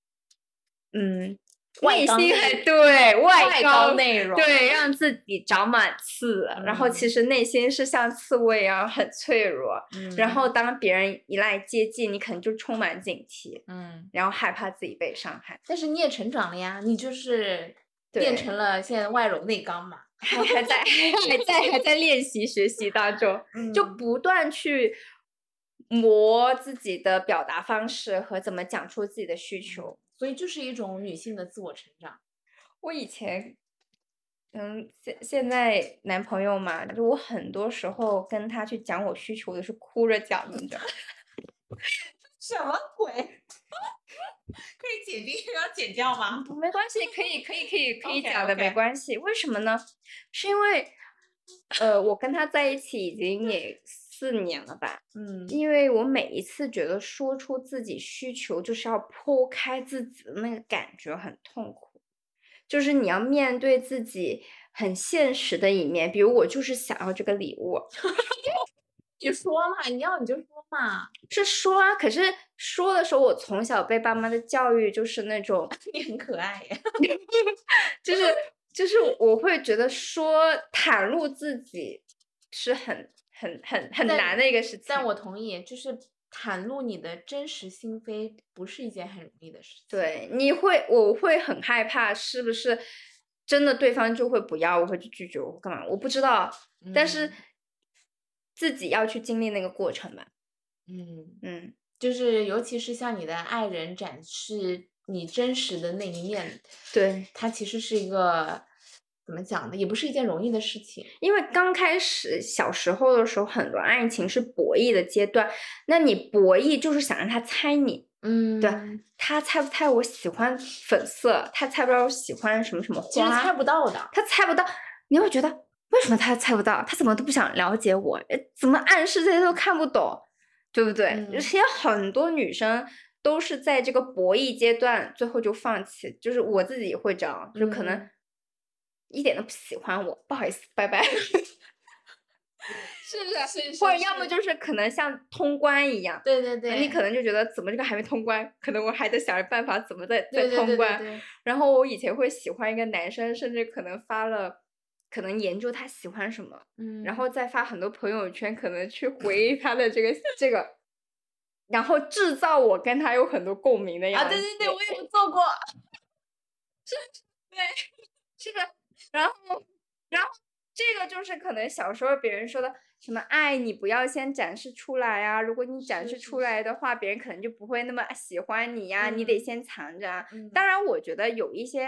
内心还对外刚内柔， 对，让自己长满刺，然后其实内心是像刺猬一样很脆弱，然后当别人一来接近，你可能就充满警惕，然后害怕自己被伤害。 但是你也成长了呀，你就是变成了现在外柔内刚嘛， 还在练习学习当中，就不断去磨自己的表达方式和怎么讲出自己的需求。 所以就是一种女性的自我成长。 我以前，现在男朋友嘛，就我很多时候跟他去讲我需求的是哭着讲的，你知道什么鬼？可以剪进去，要剪掉吗？ 没关系，可以讲的，没关系。为什么呢？是因为，我跟他在一起已经也4年了吧，因为我每一次觉得说出自己需求就是要剖开自己的那个感觉很痛苦，就是你要面对自己很现实的一面，比如我就是想要这个礼物， 你说嘛，你要你就说嘛， 是说啊，可是说的时候我从小被爸妈的教育就是那种你很可爱耶， 就是我会觉得说袒露自己是很难的一个事情， 但我同意，就是袒露你的真实心扉不是一件很容易的事情。 对，我会很害怕，是不是真的对方就会不要，我会去拒绝，我干嘛？我不知道，但是自己要去经历那个过程吧。 就是尤其是向你的爱人展示你真实的那一面， 对， 它其实是一个。怎么讲呢？也不是一件容易的事情， 因为刚开始小时候的时候，很多爱情是博弈的阶段，那你博弈就是想让他猜你，对，他猜不猜我喜欢粉色，他猜不到我喜欢什么什么花， 其实猜不到的， 他猜不到，你会觉得为什么他猜不到？他怎么都不想了解我？怎么暗示这些都看不懂？ 对不对？其实很多女生都是在这个博弈阶段最后就放弃，就是我自己也会这样，就可能一点都不喜欢我，不好意思，拜拜。是不是？或者要么就是可能像通关一样， 对对对， 你可能就觉得怎么这个还没通关，可能我还得想着办法怎么再通关。 对。 然后我以前会喜欢一个男生，甚至可能发了，可能研究他喜欢什么，然后再发很多朋友圈，可能去回他的这个，然后制造我跟他有很多共鸣的样子。 对，我也有做过。 对，是的，然后这个就是可能小时候别人说的什么爱你不要先展示出来啊，如果你展示出来的话，别人可能就不会那么喜欢你呀，你得先藏着啊。当然我觉得有一些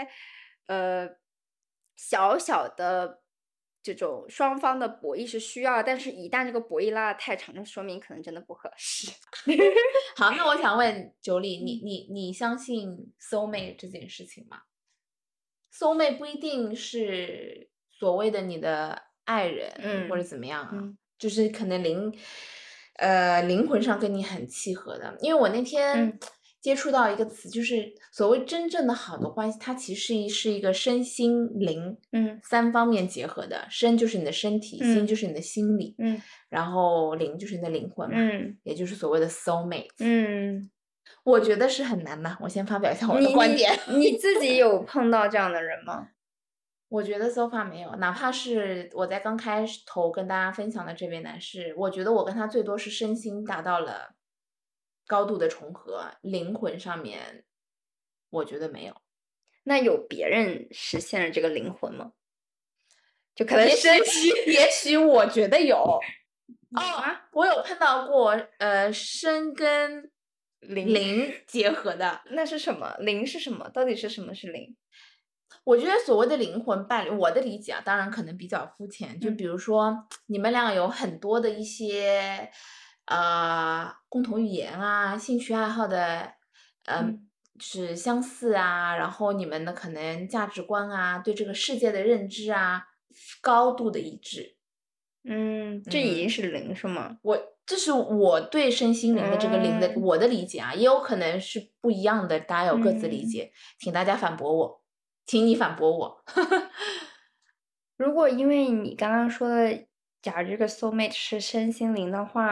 小小的这种双方的博弈是需要，但是一旦这个博弈拉得太长，就说明可能真的不合适。 好，那我想问九里，你相信 soulmate 这件事情吗？soulmate 不一定是所谓的你的爱人，或者怎么样啊，就是可能灵魂上跟你很契合的。因为我那天接触到一个词，就是所谓真正的好的关系，它其实是一个身心灵三方面结合的。身就是你的身体，心就是你的心理，然后灵就是你的灵魂嘛，也就是所谓的 soulmate。我觉得是很难的。我先发表一下我的观点。 你自己有碰到这样的人吗？ 我觉得 so far 没有，哪怕是我在刚开头跟大家分享的这位男士，我觉得我跟他最多是身心达到了高度的重合，灵魂上面我觉得没有。 那有别人实现了这个灵魂吗？就可能身心， 也许我觉得有。我有碰到过身跟灵结合的。 那是什么？灵是什么？到底是什么是灵？ 我觉得所谓的灵魂伴侣，我的理解啊，当然可能比较肤浅。就比如说，你们俩有很多的一些共同语言啊、兴趣爱好的，是相似啊，然后你们的可能价值观啊、对这个世界的认知啊，高度的一致。 这已经是灵是吗？ 这是我对身心灵的这个灵的我的理解啊，也有可能是不一样的，大家有各自理解，请大家反驳我。请你反驳我。 如果因为你刚刚说的，假如这个 soulmate 是身心灵的话，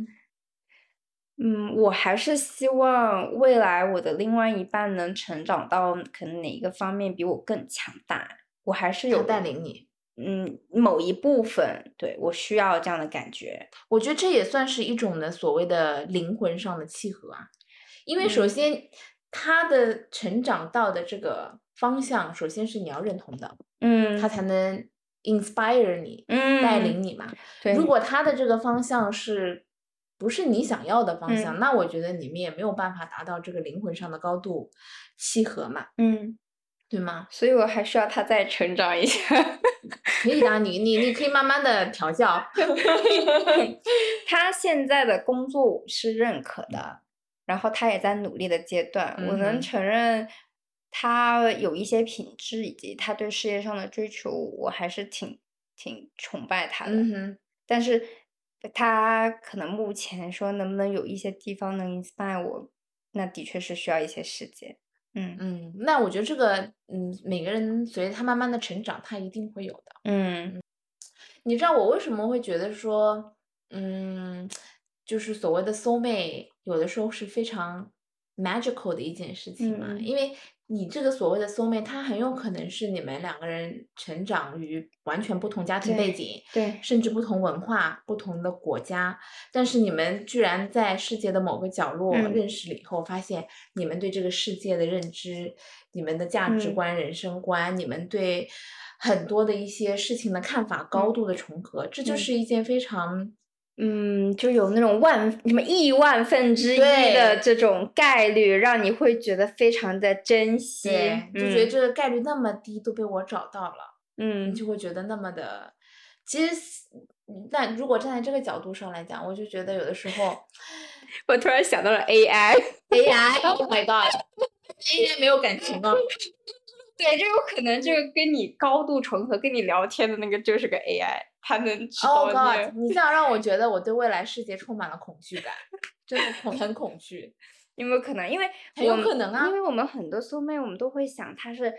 我还是希望未来我的另外一半能成长到可能哪一个方面比我更强大，我还是有带领你。 某一部分，对，我需要这样的感觉。 我觉得这也算是一种的所谓的灵魂上的契合啊，因为首先他的成长到的这个方向，首先是你要认同的，他才能 inspire 你，带领你嘛。如果他的这个方向不是你想要的方向，那我觉得你们也没有办法达到这个灵魂上的高度契合嘛。对吗？ 所以我还需要他再成长一下。 可以的，你可以慢慢的调教。 他现在的工作我是认可的，然后他也在努力的阶段，我能承认他有一些品质以及他对事业上的追求，我还是挺崇拜他的。但是他可能目前说能不能有一些地方能 inspire 我，那的确是需要一些时间。 那我觉得这个每个人随着他慢慢的成长，他一定会有的。你知道我为什么会觉得说就是所谓的 soulmate 有的时候是非常 magical 的一件事情嘛？因为你这个所谓的 soulmate，它很有可能是你们两个人成长于完全不同家庭背景， 对， 甚至不同文化、不同的国家，但是你们居然在世界的某个角落认识了以后，发现你们对这个世界的认知、你们的价值观、人生观、你们对很多的一些事情的看法高度的重合，这就是一件非常就有那种什么亿万分之一的这种概率，让你会觉得非常的珍惜， 就觉得这个概率那么低都被我找到了，你就会觉得那么的。其实，那如果站在这个角度上来讲，我就觉得有的时候， 我突然想到了 AI，Oh my God，AI 没有感情啊。 对，就有可能这个跟你高度重合，跟你聊天的那个就是个 AI。 他能知 Oh 道 God！你这样让我觉得我对未来世界充满了恐惧感，真的很恐惧。 有没有可能？因为很有可能啊， 因为我们很多soul mate，我们都会想他是，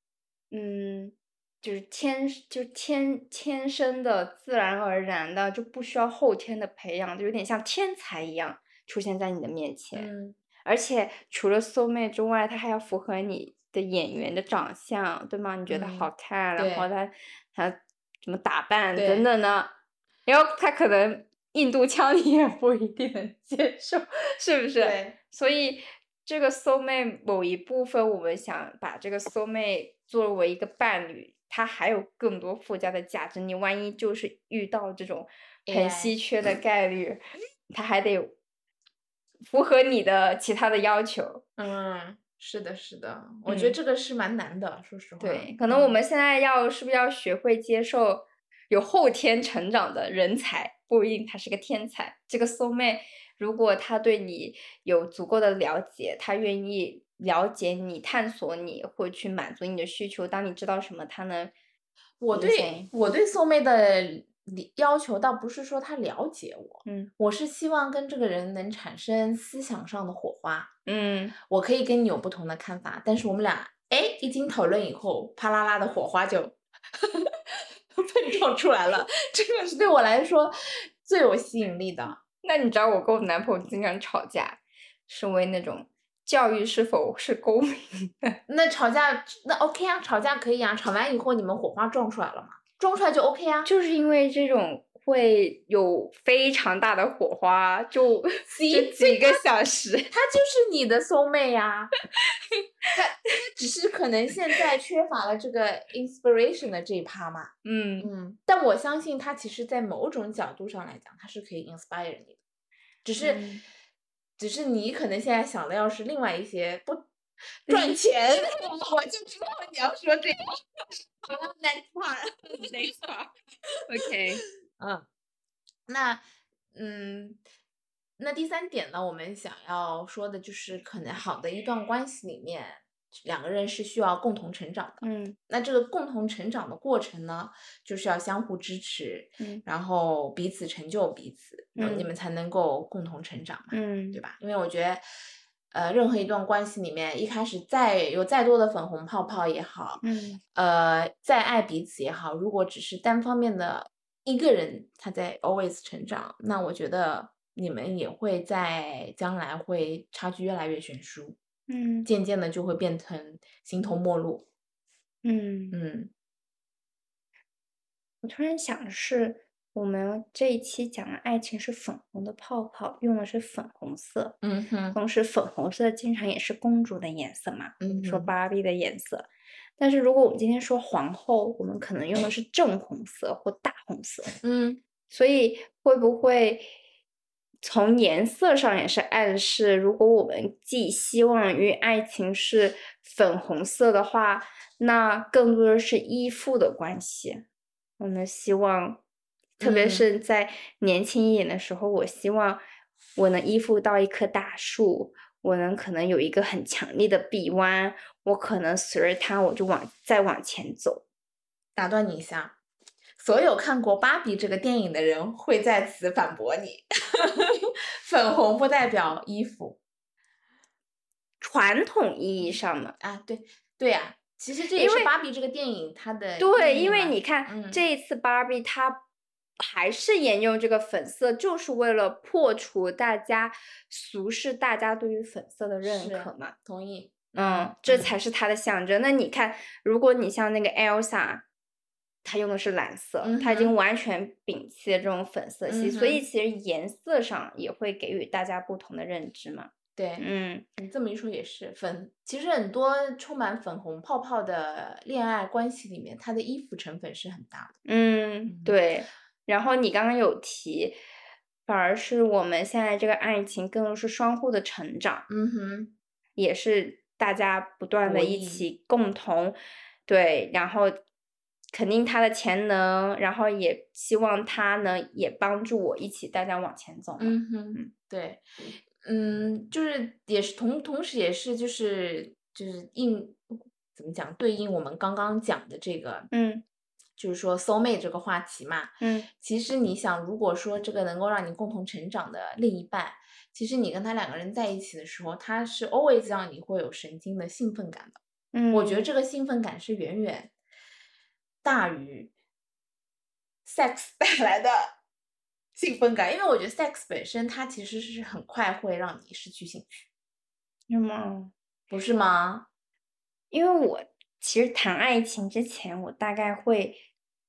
就是天生的、自然而然的，就不需要后天的培养，就有点像天才一样出现在你的面前。而且除了soul mate之外，他还要符合你的演员的长相，对吗？你觉得好看，然后他怎么打扮等等的，然后他可能印度腔你也不一定能接受，是不是？ 对。 所以这个soul mate某一部分，我们想把这个soul mate作为一个伴侣，它还有更多附加的价值。你万一就是遇到这种很稀缺的概率，它还得符合你的其他的要求。 是的，是的，我觉得这个是蛮难的，说实话。 对，可能我们现在是不是要学会接受有后天成长的人才，不一定他是个天才。这个soul mate，如果他对你有足够的了解，他愿意了解你、探索你，或去满足你的需求，当你知道什么，他能。 我对soul mate的要求倒不是说他了解我，我是希望跟这个人能产生思想上的火花，我可以跟你有不同的看法，但是我们俩一经讨论以后，啪啦啦的火花就碰撞出来了，这个是对我来说最有吸引力的。 那你知道我跟我男朋友经常吵架，是为那种教育是否是公平的。 那吵架那 OK 啊，吵架可以啊，吵完以后你们火花撞出来了嘛？撞出来就 OK 啊。 就是因为这种会有非常大的火花，就几个小时。 他就是你的soul mate呀，他只是可能现在缺乏了这个 inspiration 的这一趴嘛。但我相信他其实在某种角度上来讲，他是可以 inspire 你的，只是你可能现在想的要是另外一些不赚钱，我就知道你要说这个。好了，next part，OK， 那第三点呢，我们想要说的就是可能好的一段关系里面，两个人是需要共同成长的。那这个共同成长的过程呢，就是要相互支持，然后彼此成就彼此，你们才能够共同成长嘛，对吧？因为我觉得，任何一段关系里面，一开始有再多的粉红泡泡也好，再爱彼此也好，如果只是单方面的一个人他在 always 成长，那我觉得你们也会在将来会差距越来越悬殊，渐渐的就会变成形同陌路。 我突然想的是，我们这一期讲的爱情是粉红的泡泡，用的是粉红色，同时粉红色经常也是公主的颜色嘛，说芭比的颜色。但是如果我们今天说皇后，我们可能用的是正红色或大红色，所以会不会从颜色上也是暗示，如果我们寄希望于爱情是粉红色的话，那更多的是依附的关系。我们希望，特别是在年轻一点的时候，我希望我能依附到一棵大树，我能可能有一个很强力的臂弯，我可能随着它我就再往前走。 打断你一下，所有看过《芭比》这个电影的人会在此反驳你，粉红不代表衣服， 传统意义上的对呀。其实这也是芭比这个电影它的对，因为你看，这一次芭比它还是沿用这个粉色，就是为了破除大家俗世大家对于粉色的认可嘛。 同意。 这才是它的象征。那你看，如果你像那个 Elsa， 她用的是蓝色，她已经完全摒弃了这种粉色系，所以其实颜色上也会给予大家不同的认知嘛。 对，你这么一说也是，其实很多充满粉红泡泡的恋爱关系里面，它的衣服成分是很大的。 对。然后你刚刚有提，反而是我们现在这个爱情更多是双互的成长，也是大家不断的一起共同，对，然后肯定他的潜能，然后也希望他能也帮助我一起大家往前走嘛。 对。就是也是同时也是就是怎么讲，对应我们刚刚讲的这个， 就是说 soul mate 这个话题嘛， 嗯， 其实你想，如果说这个能够让你共同成长的另一半，其实你跟他2个人在一起的时候，他是 always 让你会有神经的兴奋感的。我觉得这个兴奋感是远远大于 sex 带来的兴奋感，因为我觉得 sex 本身它其实是很快会让你失去兴趣， 是吗？ 不是吗？ 因为我其实谈爱情之前，我大概会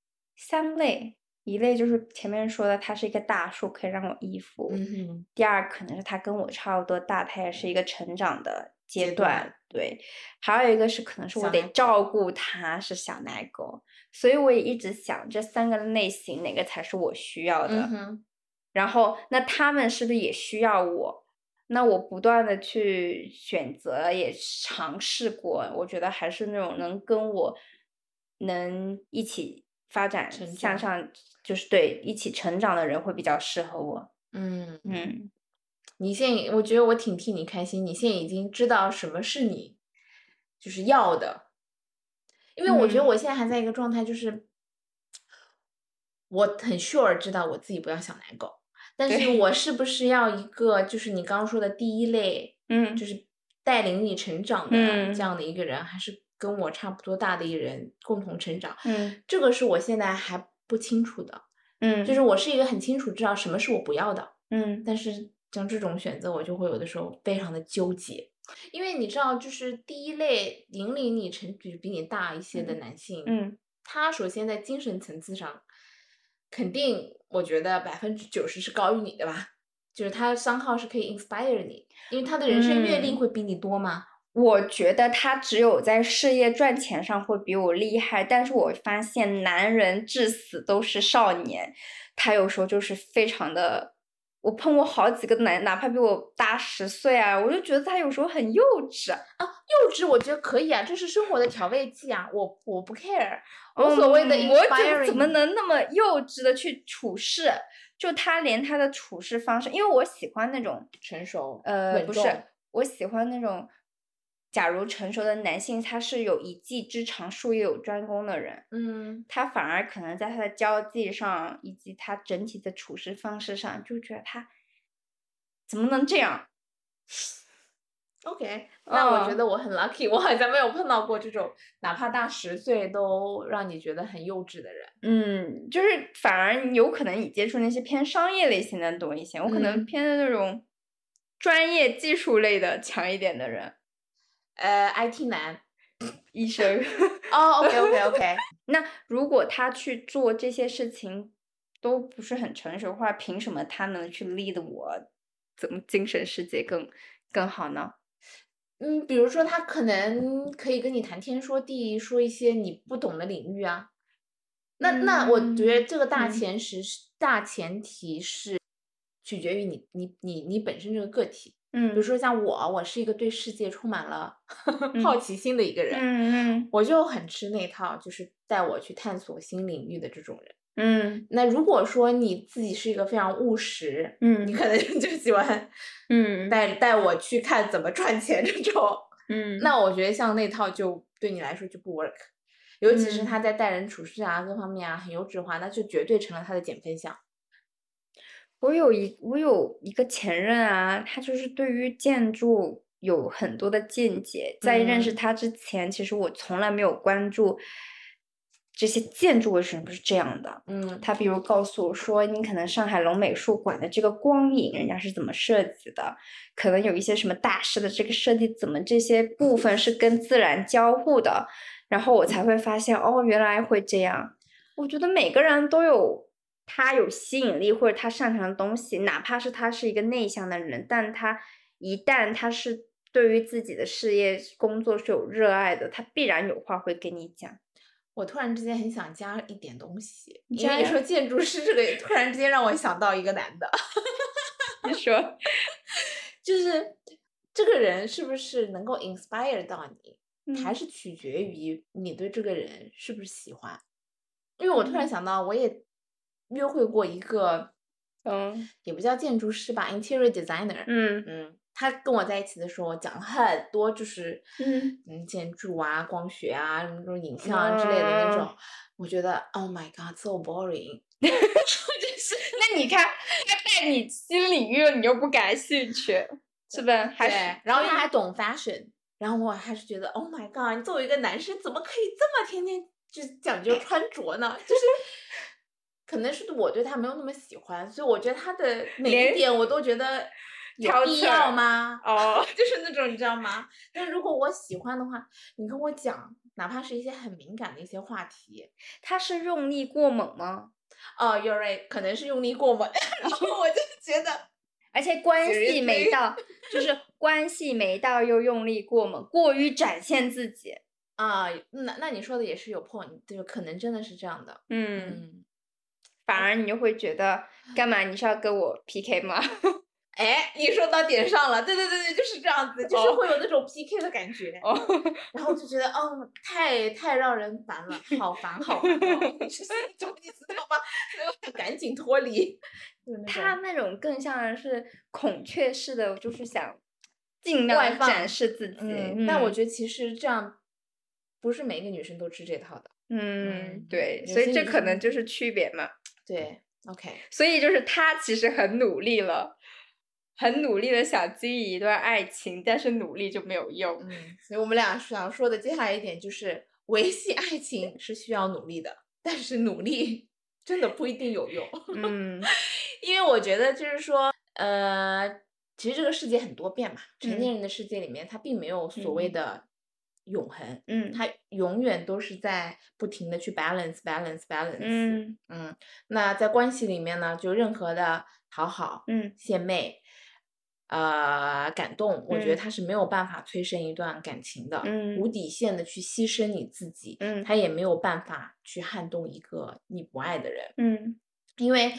3类，一类就是前面说的，他是一个大树，可以让我依附。第二可能是他跟我差不多大，他也是一个成长的阶段。对，还有一个是可能是我得照顾他，是小奶狗。所以我也一直想，这3个类型哪个才是我需要的。然后那他们是不是也需要我？那我不断的去选择，也尝试过，我觉得还是那种能跟我能一起发展向上，就是对一起成长的人会比较适合我。 你现在，我觉得我挺替你开心，你现在已经知道什么是你就是要的，因为我觉得我现在还在一个状态，就是我很 sure 知道我自己不要小奶狗。但是我是不是要一个就是你刚刚说的第一类，就是带领你成长的这样的一个人，还是跟我差不多大的一个人共同成长？这个是我现在还不清楚的。就是我是一个很清楚知道什么是我不要的。但是像这种选择，我就会有的时候非常的纠结，因为你知道，就是第一类引领你就是比你大一些的男性，他首先在精神层次上。肯定，我觉得90%是高于你的吧，就是他商号是可以 inspire 你，因为他的人生阅历会比你多嘛。 我觉得他只有在事业赚钱上会比我厉害，但是我发现男人至死都是少年，他有时候就是非常的，我碰过好几个哪怕比我大10岁啊，我就觉得他有时候很幼稚啊。 幼稚我觉得可以啊，这是生活的调味剂啊，我不 care。我所谓的 inspiring， 我觉得怎么能那么幼稚的去处事？就他连他的处事方式，因为我喜欢那种成熟， 不是，我喜欢那种，假如成熟的男性他是有一技之长、术业有专攻的人，他反而可能在他的交际上以及他整体的处事方式上，就觉得他怎么能这样？ OK，那我觉得我很 lucky，我好像没有碰到过这种哪怕大10岁都让你觉得很幼稚的人。 就是反而有可能你接触那些偏商业类型的多一些，我可能偏的那种专业技术类的强一点的人。 IT 男， 医生。 OK。 那如果他去做这些事情都不是很成熟的话，凭什么他能去 lead 我怎么精神世界更好呢？ 比如说他可能可以跟你谈天说地，说一些你不懂的领域啊。那我觉得这个大前提是取决于你本身这个个体。比如说像我是一个对世界充满了好奇心的一个人。我就很吃那套，就是带我去探索新领域的这种人。那如果说你自己是一个非常务实，你可能就喜欢，带我去看怎么赚钱这种，那我觉得像那套就对你来说就不 work，尤其是他在待人处事啊各方面啊很优质化，那就绝对成了他的减分项。 我有一个前任啊，他就是对于建筑有很多的见解，在认识他之前，其实我从来没有关注这些建筑为什么是这样的。他比如告诉我说，你可能上海龙美术馆的这个光影，人家是怎么设计的，可能有一些什么大师的这个设计，怎么这些部分是跟自然交互的，然后我才会发现，哦，原来会这样。我觉得每个人都有他有吸引力或者他擅长的东西，哪怕是他是一个内向的人，但他一旦他是对于自己的事业工作是有热爱的，他必然有话会跟你讲。 我突然之间很想加一点东西，因为你说建筑师这个，突然之间让我想到一个男的。 你说， 就是这个人是不是能够 inspire 到你，还是取决于你对这个人是不是喜欢。因为我突然想到，我也约会过一个，也不叫建筑师吧 ，interior designer， 他跟我在一起的时候讲了很多，就是建筑啊、光学啊、什么这种影像啊之类的那种，我觉得 Oh my God，so boring。就是那你看他带你新领域了，你又不感兴趣，是吧？ 对，然后他还懂 fashion，然后我还是觉得 Oh my God，你作为一个男生怎么可以这么天天就讲究穿着呢？就是可能是我对他没有那么喜欢，所以我觉得他的每一点我都觉得有必要吗？ 哦， 就是那种你知道吗？但如果我喜欢的话，你跟我讲，哪怕是一些很敏感的一些话题， 他是用力过猛吗？ 哦，you're right，可能是用力过猛，然后我就觉得， 而且关系没到，就是关系没到又用力过猛，过于展现自己啊，那你说的也是有 point，就可能真的是这样的， 反而你就会觉得干嘛？你是要跟我 PK 吗？ 哎，你说到点上了，对，就是这样子，就是会有那种 PK 的感觉，然后就觉得太让人烦了，好烦哦，就是你知道吗？赶紧脱离。 他那种更像是孔雀式的，就是想尽量展示自己。 但我觉得其实这样不是每个女生都吃这套的。 对，所以这可能就是区别嘛。 对 ，OK。 所以就是他其实很努力了，很努力的想经营一段爱情，但是努力就没有用。 所以我们俩想说的接下来一点就是维系爱情是需要努力的，但是努力真的不一定有用。因为我觉得就是说，其实这个世界很多变嘛，成年人的世界里面，它并没有所谓的永恒，它永远都是在不停的去 balance。那在关系里面呢，就任何的讨好，献媚，感动，我觉得它是没有办法催生一段感情的，无底线的去牺牲你自己，它也没有办法去撼动一个你不爱的人，因为，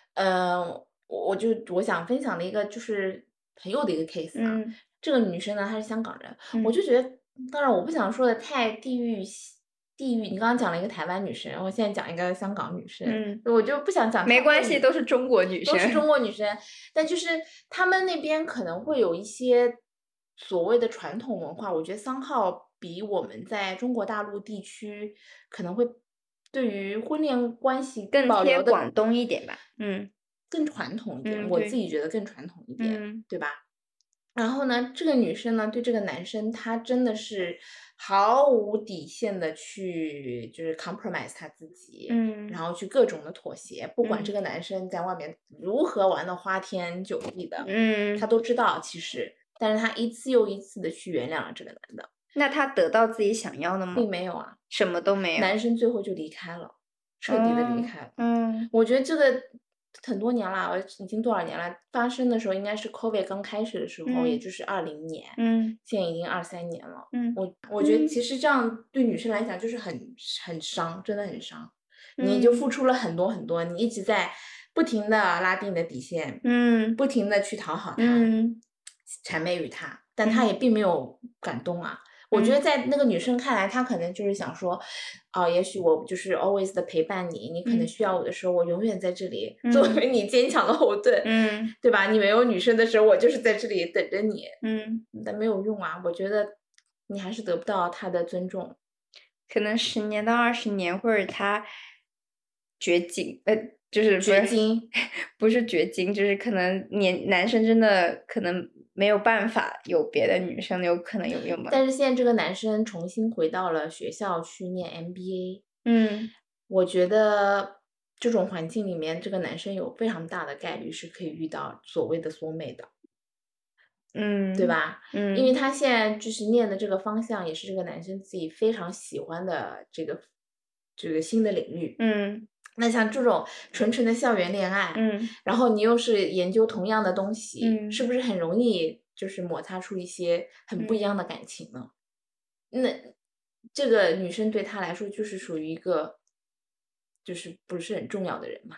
我想分享的一个就是朋友的一个 case 啊，这个女生呢，她是香港人，我就觉得，当然我不想说的太地域，你刚刚讲了一个台湾女生，然后现在讲一个香港女生，我就不想讲。 没关系，都是中国女生， 都是中国女生，但就是他们那边可能会有一些所谓的传统文化，我觉得somehow比我们在中国大陆地区可能会对于婚恋关系更贴广东一点吧， 更传统一点，我自己觉得更传统一点，对吧？然后呢，这个女生呢，对这个男生，她真的是毫无底线的去就是 compromise 他自己，然后去各种的妥协，不管这个男生在外面如何玩的花天酒地的，他都知道其实，但是他一次又一次的去原谅了这个男的。 那他得到自己想要的吗？ 并没有啊， 什么都没有。 男生最后就离开了，彻底的离开了。我觉得这个很多年了，已经多少年了？发生的时候应该是 COVID 刚开始的时候，也就是20年，现在已经23年了。我觉得其实这样对女生来讲就是很伤，真的很伤。你就付出了很多很多，你一直在不停的拉低你的底线，不停的去讨好他，谄媚于他，但他也并没有感动啊。我觉得在那个女生看来，她可能就是想说，也许我就是 always 的陪伴你，你可能需要我的时候，我永远在这里，作为你坚强的后盾，对吧？你没有女生的时候，我就是在这里等着你，但没有用啊，我觉得你还是得不到他的尊重。 可能10年到20年，或者他绝经，就是绝经， 不是绝经，就是可能男生真的可能没有办法有别的女生有可能有用吧。 但是现在这个男生重新回到了学校去念 MBA，我觉得这种环境里面，这个男生有非常大的概率是可以遇到所谓的soul mate的，对吧？因为他现在就是念的这个方向，也是这个男生自己非常喜欢的这个新的领域，那像这种纯纯的校园恋爱，然后你又是研究同样的东西，是不是很容易就是摩擦出一些很不一样的感情呢？那这个女生对他来说就是属于一个就是不是很重要的人嘛？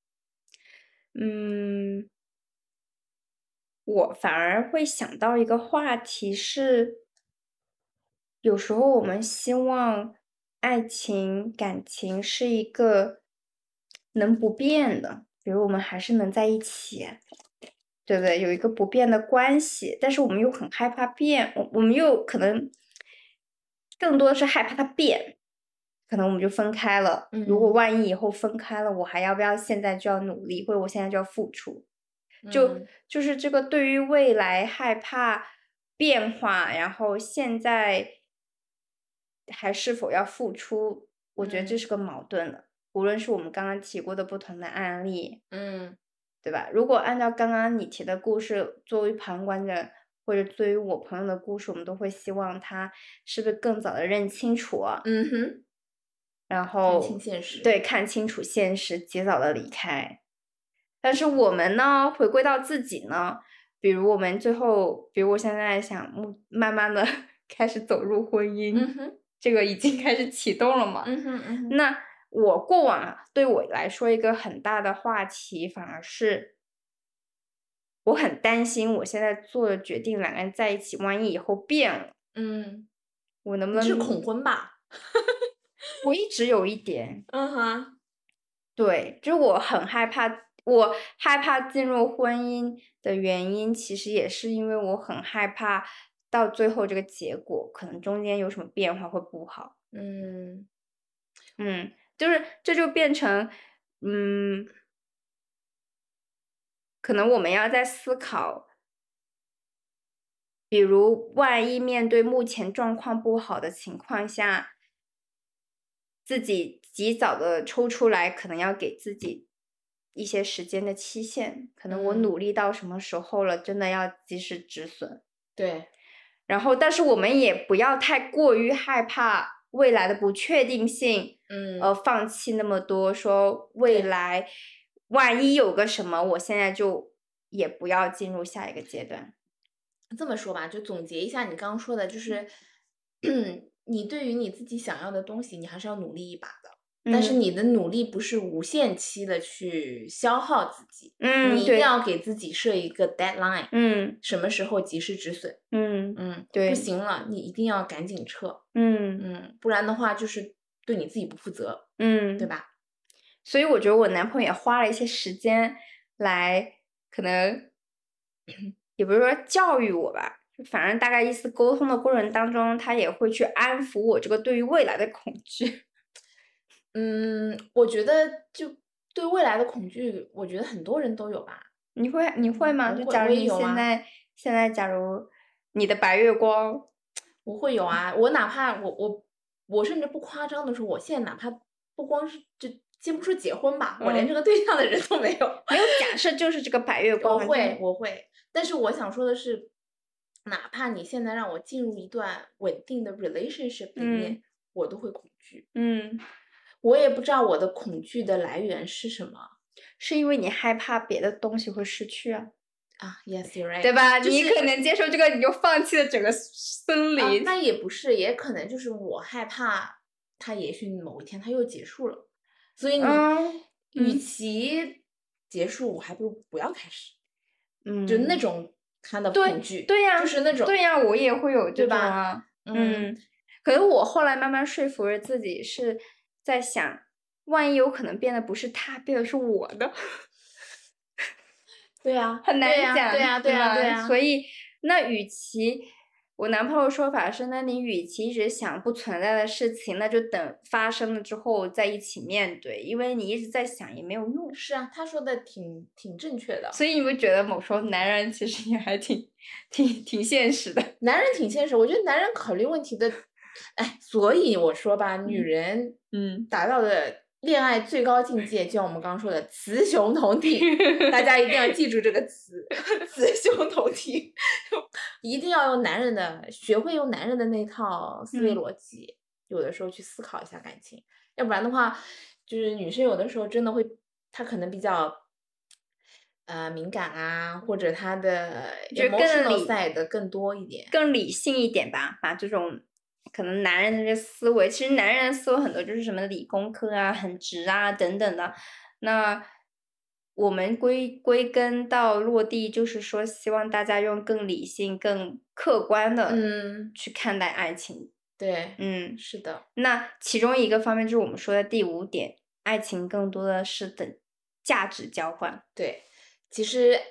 我反而会想到一个话题是，有时候我们希望爱情、感情是一个能不变的，比如我们还是能在一起， 对对，有一个不变的关系，但是我们又很害怕变，我们又可能更多的是害怕它变，可能我们就分开了。如果万一以后分开了，我还要不要现在就要努力，或者我现在就要付出？就是这个对于未来害怕变化，然后现在还是否要付出，我觉得这是个矛盾的。无论是我们刚刚提过的不同的案例，对吧？如果按照刚刚你提的故事，作为旁观者或者作为我朋友的故事，我们都会希望他是不是更早的认清楚，然后看清现实， 对，看清楚现实，及早的离开。但是我们呢，回归到自己呢，比如我们最后，比如我现在想慢慢的开始走入婚姻，这个已经开始启动了嘛，那我过往对我来说一个很大的话题，反而是我很担心我现在做的决定，两个人在一起，万一以后变了，我能不能？ 你是恐婚吧？ 我一直有一点， 对， 就是我很害怕，我害怕进入婚姻的原因，其实也是因为我很害怕到最后这个结果，可能中间有什么变化会不好。就是这就变成，可能我们要在思考，比如万一面对目前状况不好的情况下，自己及早的抽出来，可能要给自己一些时间的期限，可能我努力到什么时候了，真的要及时止损。 对， 然后但是我们也不要太过于害怕未来的不确定性，放弃那么多，说未来万一有个什么，我现在就也不要进入下一个阶段。 这么说吧，就总结一下你刚刚说的，就是你对于你自己想要的东西，你还是要努力一把的。但是你的努力不是无限期的去消耗自己，你一定要给自己设一个 deadline，什么时候及时止损， 对， 不行了，你一定要赶紧撤，不然的话就是对你自己不负责，对吧？ 所以我觉得我男朋友也花了一些时间来，可能也不是说教育我吧，反正大概意思沟通的过程当中，他也会去安抚我这个对于未来的恐惧。 我觉得就对未来的恐惧，我觉得很多人都有吧。 你会吗？就假如你现在假如你的白月光， 我会有啊。我哪怕我甚至不夸张的说，我现在哪怕不光是就先不说结婚吧，我连这个对象的人都没有。 没有假设就是这个白月光。 我会，但是我想说的是，哪怕你现在让我进入一段稳定的 relationship 里面，我都会恐惧。我也不知道我的恐惧的来源是什么， 是因为你害怕别的东西会失去啊。 Yes, you're right， 对吧？你可能接受这个，你就放弃了整个森林。 那也不是，也可能就是我害怕它，也许某一天它又结束了，所以你与其结束，我还不如不要开始。就那种kind of恐惧， 对呀， 就是那种， 对呀，我也会有这种啊， 可是我后来慢慢说服了自己，是在想，万一有可能变的不是他，变的是我的。 对呀， 很难讲， 对呀。 所以，那与其我男朋友说法是，那你与其一直想不存在的事情，那就等发生了之后再一起面对，因为你一直在想也没有用。 是啊，他说的挺正确的。 所以你会觉得某时候男人其实也还挺现实的。 男人挺现实，我觉得男人考虑问题的，所以我说吧，女人达到的恋爱最高境界，就像我们刚刚说的雌雄同体，大家一定要记住这个词，雌雄同体，一定要用男人的，学会用男人的那套思维逻辑，有的时候去思考一下感情，要不然的话，就是女生有的时候真的会，她可能比较敏感啊，或者她的 emotional side 更多一点， 更理性一点吧，把这种。可能男人的这思维，其实男人的思维很多就是什么理工科啊、很直啊等等的。那我们归根到落地，就是说希望大家用更理性、更客观的去看待爱情。 对，是的。 那其中一个方面就是我们说的第5点，爱情更多的是等价值交换。 对，其实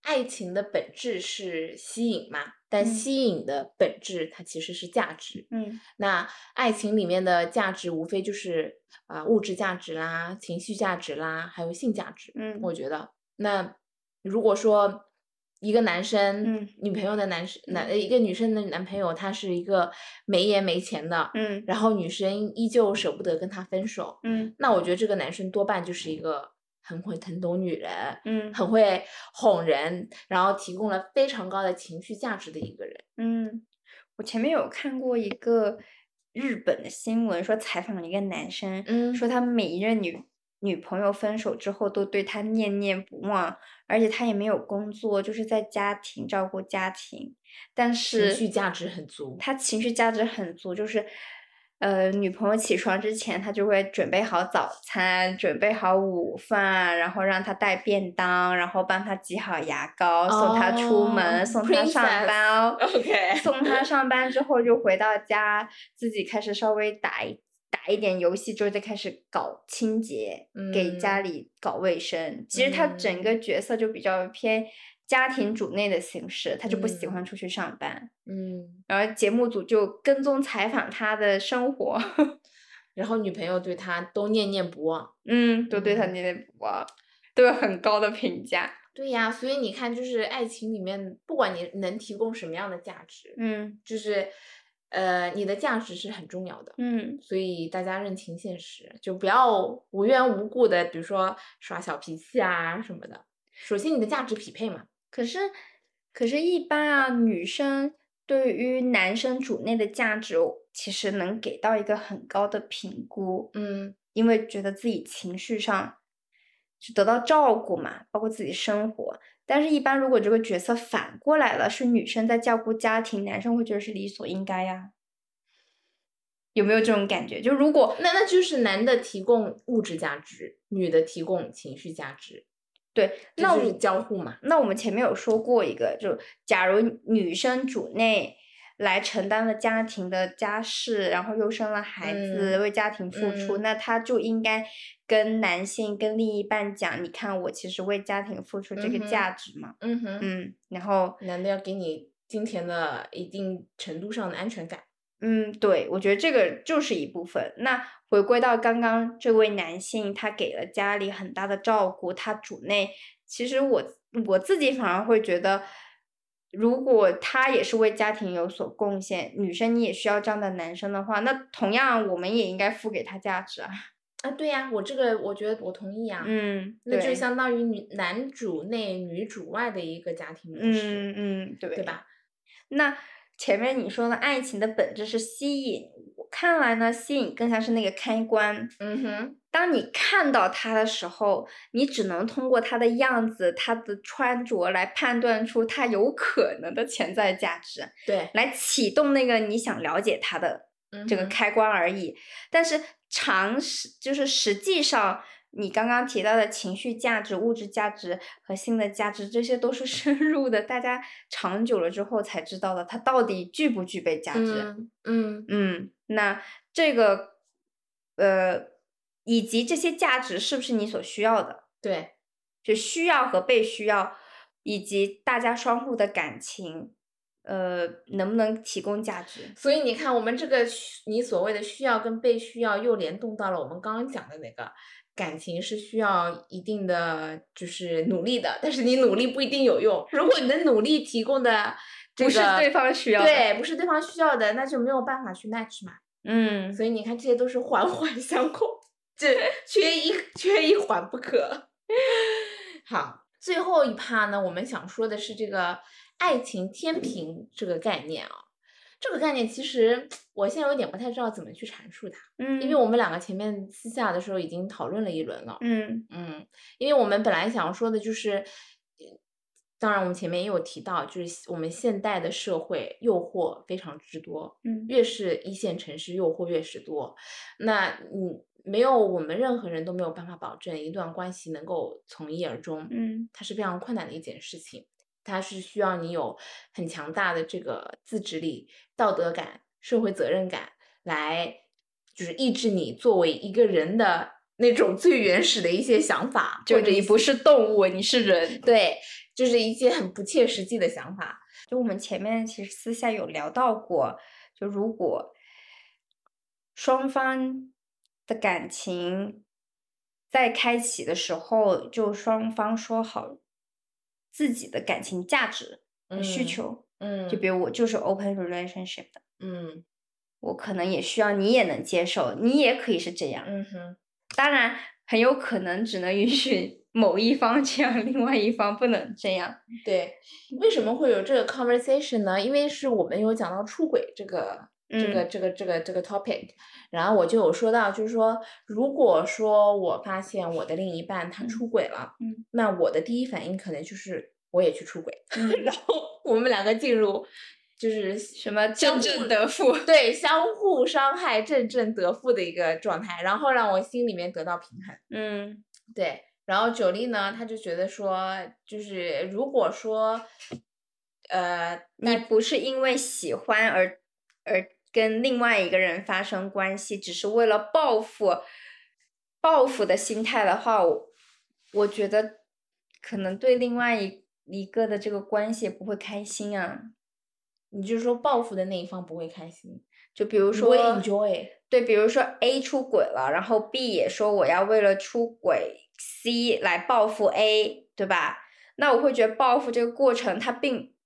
爱情的本质是吸引嘛，但吸引的本质它其实是价值。那爱情里面的价值无非就是物质价值啦、情绪价值啦，还有性价值。我觉得，那如果说一个男生，女朋友的一个女生的男朋友，他是一个没颜没钱的，然后女生依旧舍不得跟他分手，那我觉得这个男生多半就是一个很会疼懂女人，很会哄人，然后提供了非常高的情绪价值的一个人。 我前面有看过一个日本的新闻，说采访了一个男生，说他每一任女朋友分手之后都对他念念不忘，而且他也没有工作，就是在家庭照顾家庭，但是情绪价值很足。 他情绪价值很足，就是女朋友起床之前，他就会准备好早餐，准备好午饭，然后让他带便当，然后帮他挤好牙膏，送他出门，送他上班。 OK， 送他上班之后就回到家，自己开始稍微打一点游戏之后，就开始搞清洁，给家里搞卫生。其实他整个角色就比较偏家庭主内的形式，他就不喜欢出去上班。然后节目组就跟踪采访他的生活， 然后女朋友对他都念念不忘。 都对他念念不忘，都有很高的评价。 对呀，所以你看，就是爱情里面，不管你能提供什么样的价值，就是你的价值是很重要的。所以大家认清现实，就不要无缘无故的，比如说耍小脾气啊什么的。首先你的价值匹配嘛。 可是一般女生对于男生主内的价值其实能给到一个很高的评估。因为觉得自己情绪上就得到照顾嘛，包括自己生活。但是一般如果这个角色反过来了，是女生在照顾家庭，男生会觉得是理所应该呀。有没有这种感觉？就如果那就是男的提供物质价值，女的提供情绪价值。 对， 那就是交互嘛。 那我们前面有说过一个，就假如女生主内来承担了家庭的家事，然后又生了孩子，为家庭付出，那她就应该跟男性跟另一半讲，你看我其实为家庭付出这个价值嘛。然后男的要给你金钱的一定程度上的安全感。 对，我觉得这个就是一部分。那回归到刚刚这位男性，他给了家里很大的照顾，他主内，其实我自己反而会觉得，如果他也是为家庭有所贡献，女生你也需要这样的男生的话，那同样我们也应该付给他价值啊。 对呀，我觉得我同意啊。那就相当于男主内女主外的一个家庭模式。对吧？ 那前面你说的爱情的本质是吸引，我看来呢，吸引更像是那个开关。当你看到他的时候，你只能通过他的样子、他的穿着来判断出他有可能的潜在价值， 对， 来启动那个你想了解他的这个开关而已。但是就是实际上。你刚刚提到的情绪价值、物质价值和性的价值，这些都是深入的，大家长久了之后才知道的，它到底具不具备价值。那这个以及这些价值是不是你所需要的？ 对， 就需要和被需要，以及大家相互的感情。能不能提供价值？ 所以你看，我们这个你所谓的需要跟被需要又联动到了我们刚刚讲的那个感情是需要一定的就是努力的，但是你努力不一定有用。如果你的努力提供的不是对方需要的， 对，不是对方需要的，那就没有办法去 match 嘛。所以你看，这些都是环环相扣，这缺一环不可。好，最后一趴呢，我们想说的是这个爱情天平这个概念啊。这个概念其实我现在有点不太知道怎么去阐述它。因为我们两个前面私下的时候已经讨论了一轮了。因为我们本来想说的就是，当然我们前面也有提到，就是我们现代的社会诱惑非常之多，越是一线城市诱惑越是多。那没有我们任何人都没有办法保证一段关系能够从一而终。它是非常困难的一件事情。它是需要你有很强大的这个自制力、道德感、社会责任感来就是抑制你作为一个人的那种最原始的一些想法， 就你不是动物，你是人。 对， 就是一些很不切实际的想法。 就我们前面其实私下有聊到过，就如果双方的感情在开启的时候，就双方说好自己的感情价值和需求，就比如我就是 open relationship 的，我可能也需要你也能接受，你也可以是这样，当然很有可能只能允许某一方这样，另外一方不能这样。 对，为什么会有这个 conversation 呢？因为是我们有讲到出轨这个 topic，然后我就有说到，就是说，如果说我发现我的另一半他出轨了，那我的第一反应可能就是我也去出轨，然后我们两个进入就是什么正正得负， 对，相互伤害、正正得负的一个状态，然后让我心里面得到平衡。对。然后九莉呢，她就觉得说，就是如果说， 你不是因为喜欢而跟另外一个人发生关系，只是为了报复的心态的话，我觉得可能对另外一个的这个关系也不会开心啊。 你就是说报复的那一方不会开心， 就比如说 enjoy， 对，比如说 A 出轨了，然后 B 也说我要为了出轨 C 来报复 A， 对吧？那我会觉得报复这个过程，他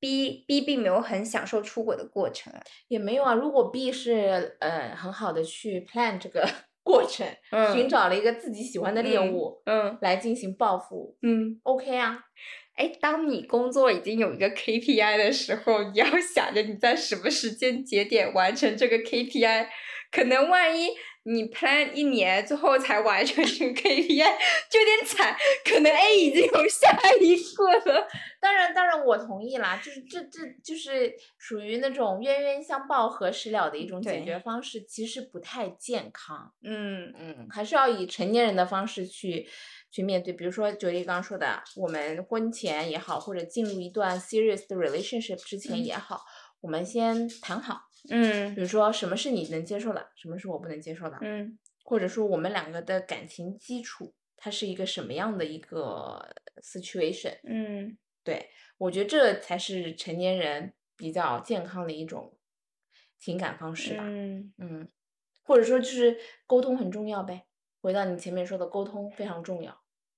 B 并没有很享受出轨的过程。 也没有啊，如果 B 是很好的去 plan 这个过程，寻找了一个自己喜欢的猎物，来进行报复，OK 啊。 当你工作已经有一个 KPI 的时候，你要想着你在什么时间节点完成这个 KPI， 可能万一你 plan 1年最后才完成这个 KPI 就有点惨，可能 A 已经有下一个了。 当然我同意啦，就是这就是属于那种冤冤相报何时了的一种解决方式，其实不太健康。还是要以成年人的方式去面对。比如说九莉刚刚说的，我们婚前也好，或者进入一段 serious 的 relationship 之前也好，我们先谈好。比如说什么是你能接受的，什么是我不能接受的。或者说我们两个的感情基础，它是一个什么样的一个 situation。对，我觉得这才是成年人比较健康的一种情感方式吧。或者说就是沟通很重要呗。回到你前面说的，沟通非常重要。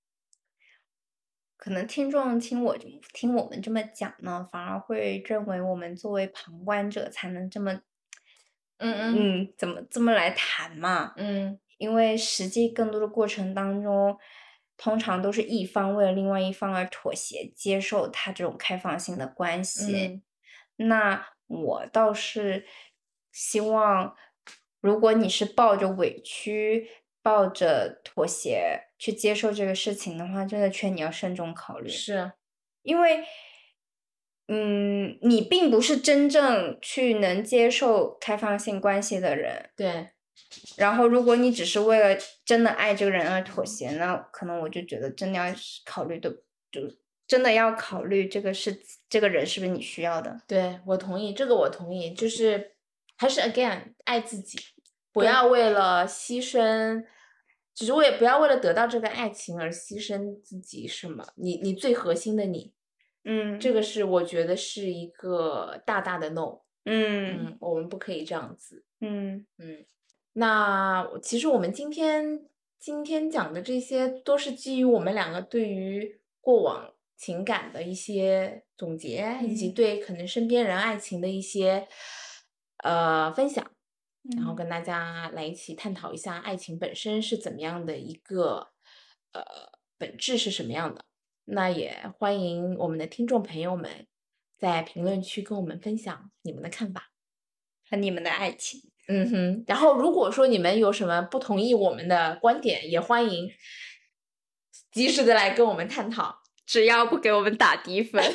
可能听众听我们这么讲呢，反而会认为我们作为旁观者才能这么，怎么这么来谈嘛？因为实际更多的过程当中，通常都是一方为了另外一方而妥协，接受他这种开放性的关系。那我倒是希望，如果你是抱着委屈、抱着妥协去接受这个事情的话，真的劝你要慎重考虑。 是， 因为，你并不是真正去能接受开放性关系的人。 对。 然后，如果你只是为了真的爱这个人而妥协，那可能我就觉得真的要考虑真的要考虑这个人是不是你需要的。 对，我同意，这个我同意，就是还是 again 爱自己，不要为了牺牲，不要为了得到这个爱情而牺牲自己什么，你最核心的你，这个是我觉得是一个大大的 no。我们不可以这样子。那其实我们今天讲的这些都是基于我们两个对于过往情感的一些总结，以及对可能身边人爱情的一些分享，然后跟大家来一起探讨一下爱情本身是怎么样的一个本质是什么样的。那也欢迎我们的听众朋友们在评论区跟我们分享你们的看法和你们的爱情。 然后如果说你们有什么不同意我们的观点，也欢迎及时的来跟我们探讨， 只要不给我们打低分。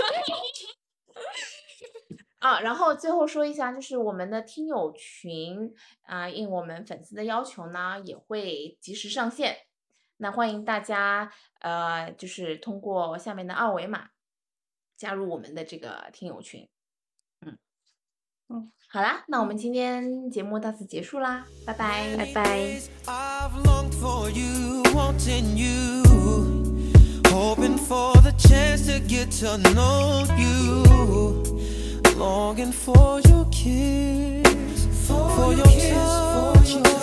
然后最后说一下，就是我们的听友群应我们粉丝的要求呢，也会及时上线。那欢迎大家就是通过下面的2维码加入我们的这个听友群。好啦，那我们今天节目到此结束啦，拜拜， 拜拜。 I've longed for you, wanting you, hoping for the chance to to get to know you, longing for your kiss, for your touch,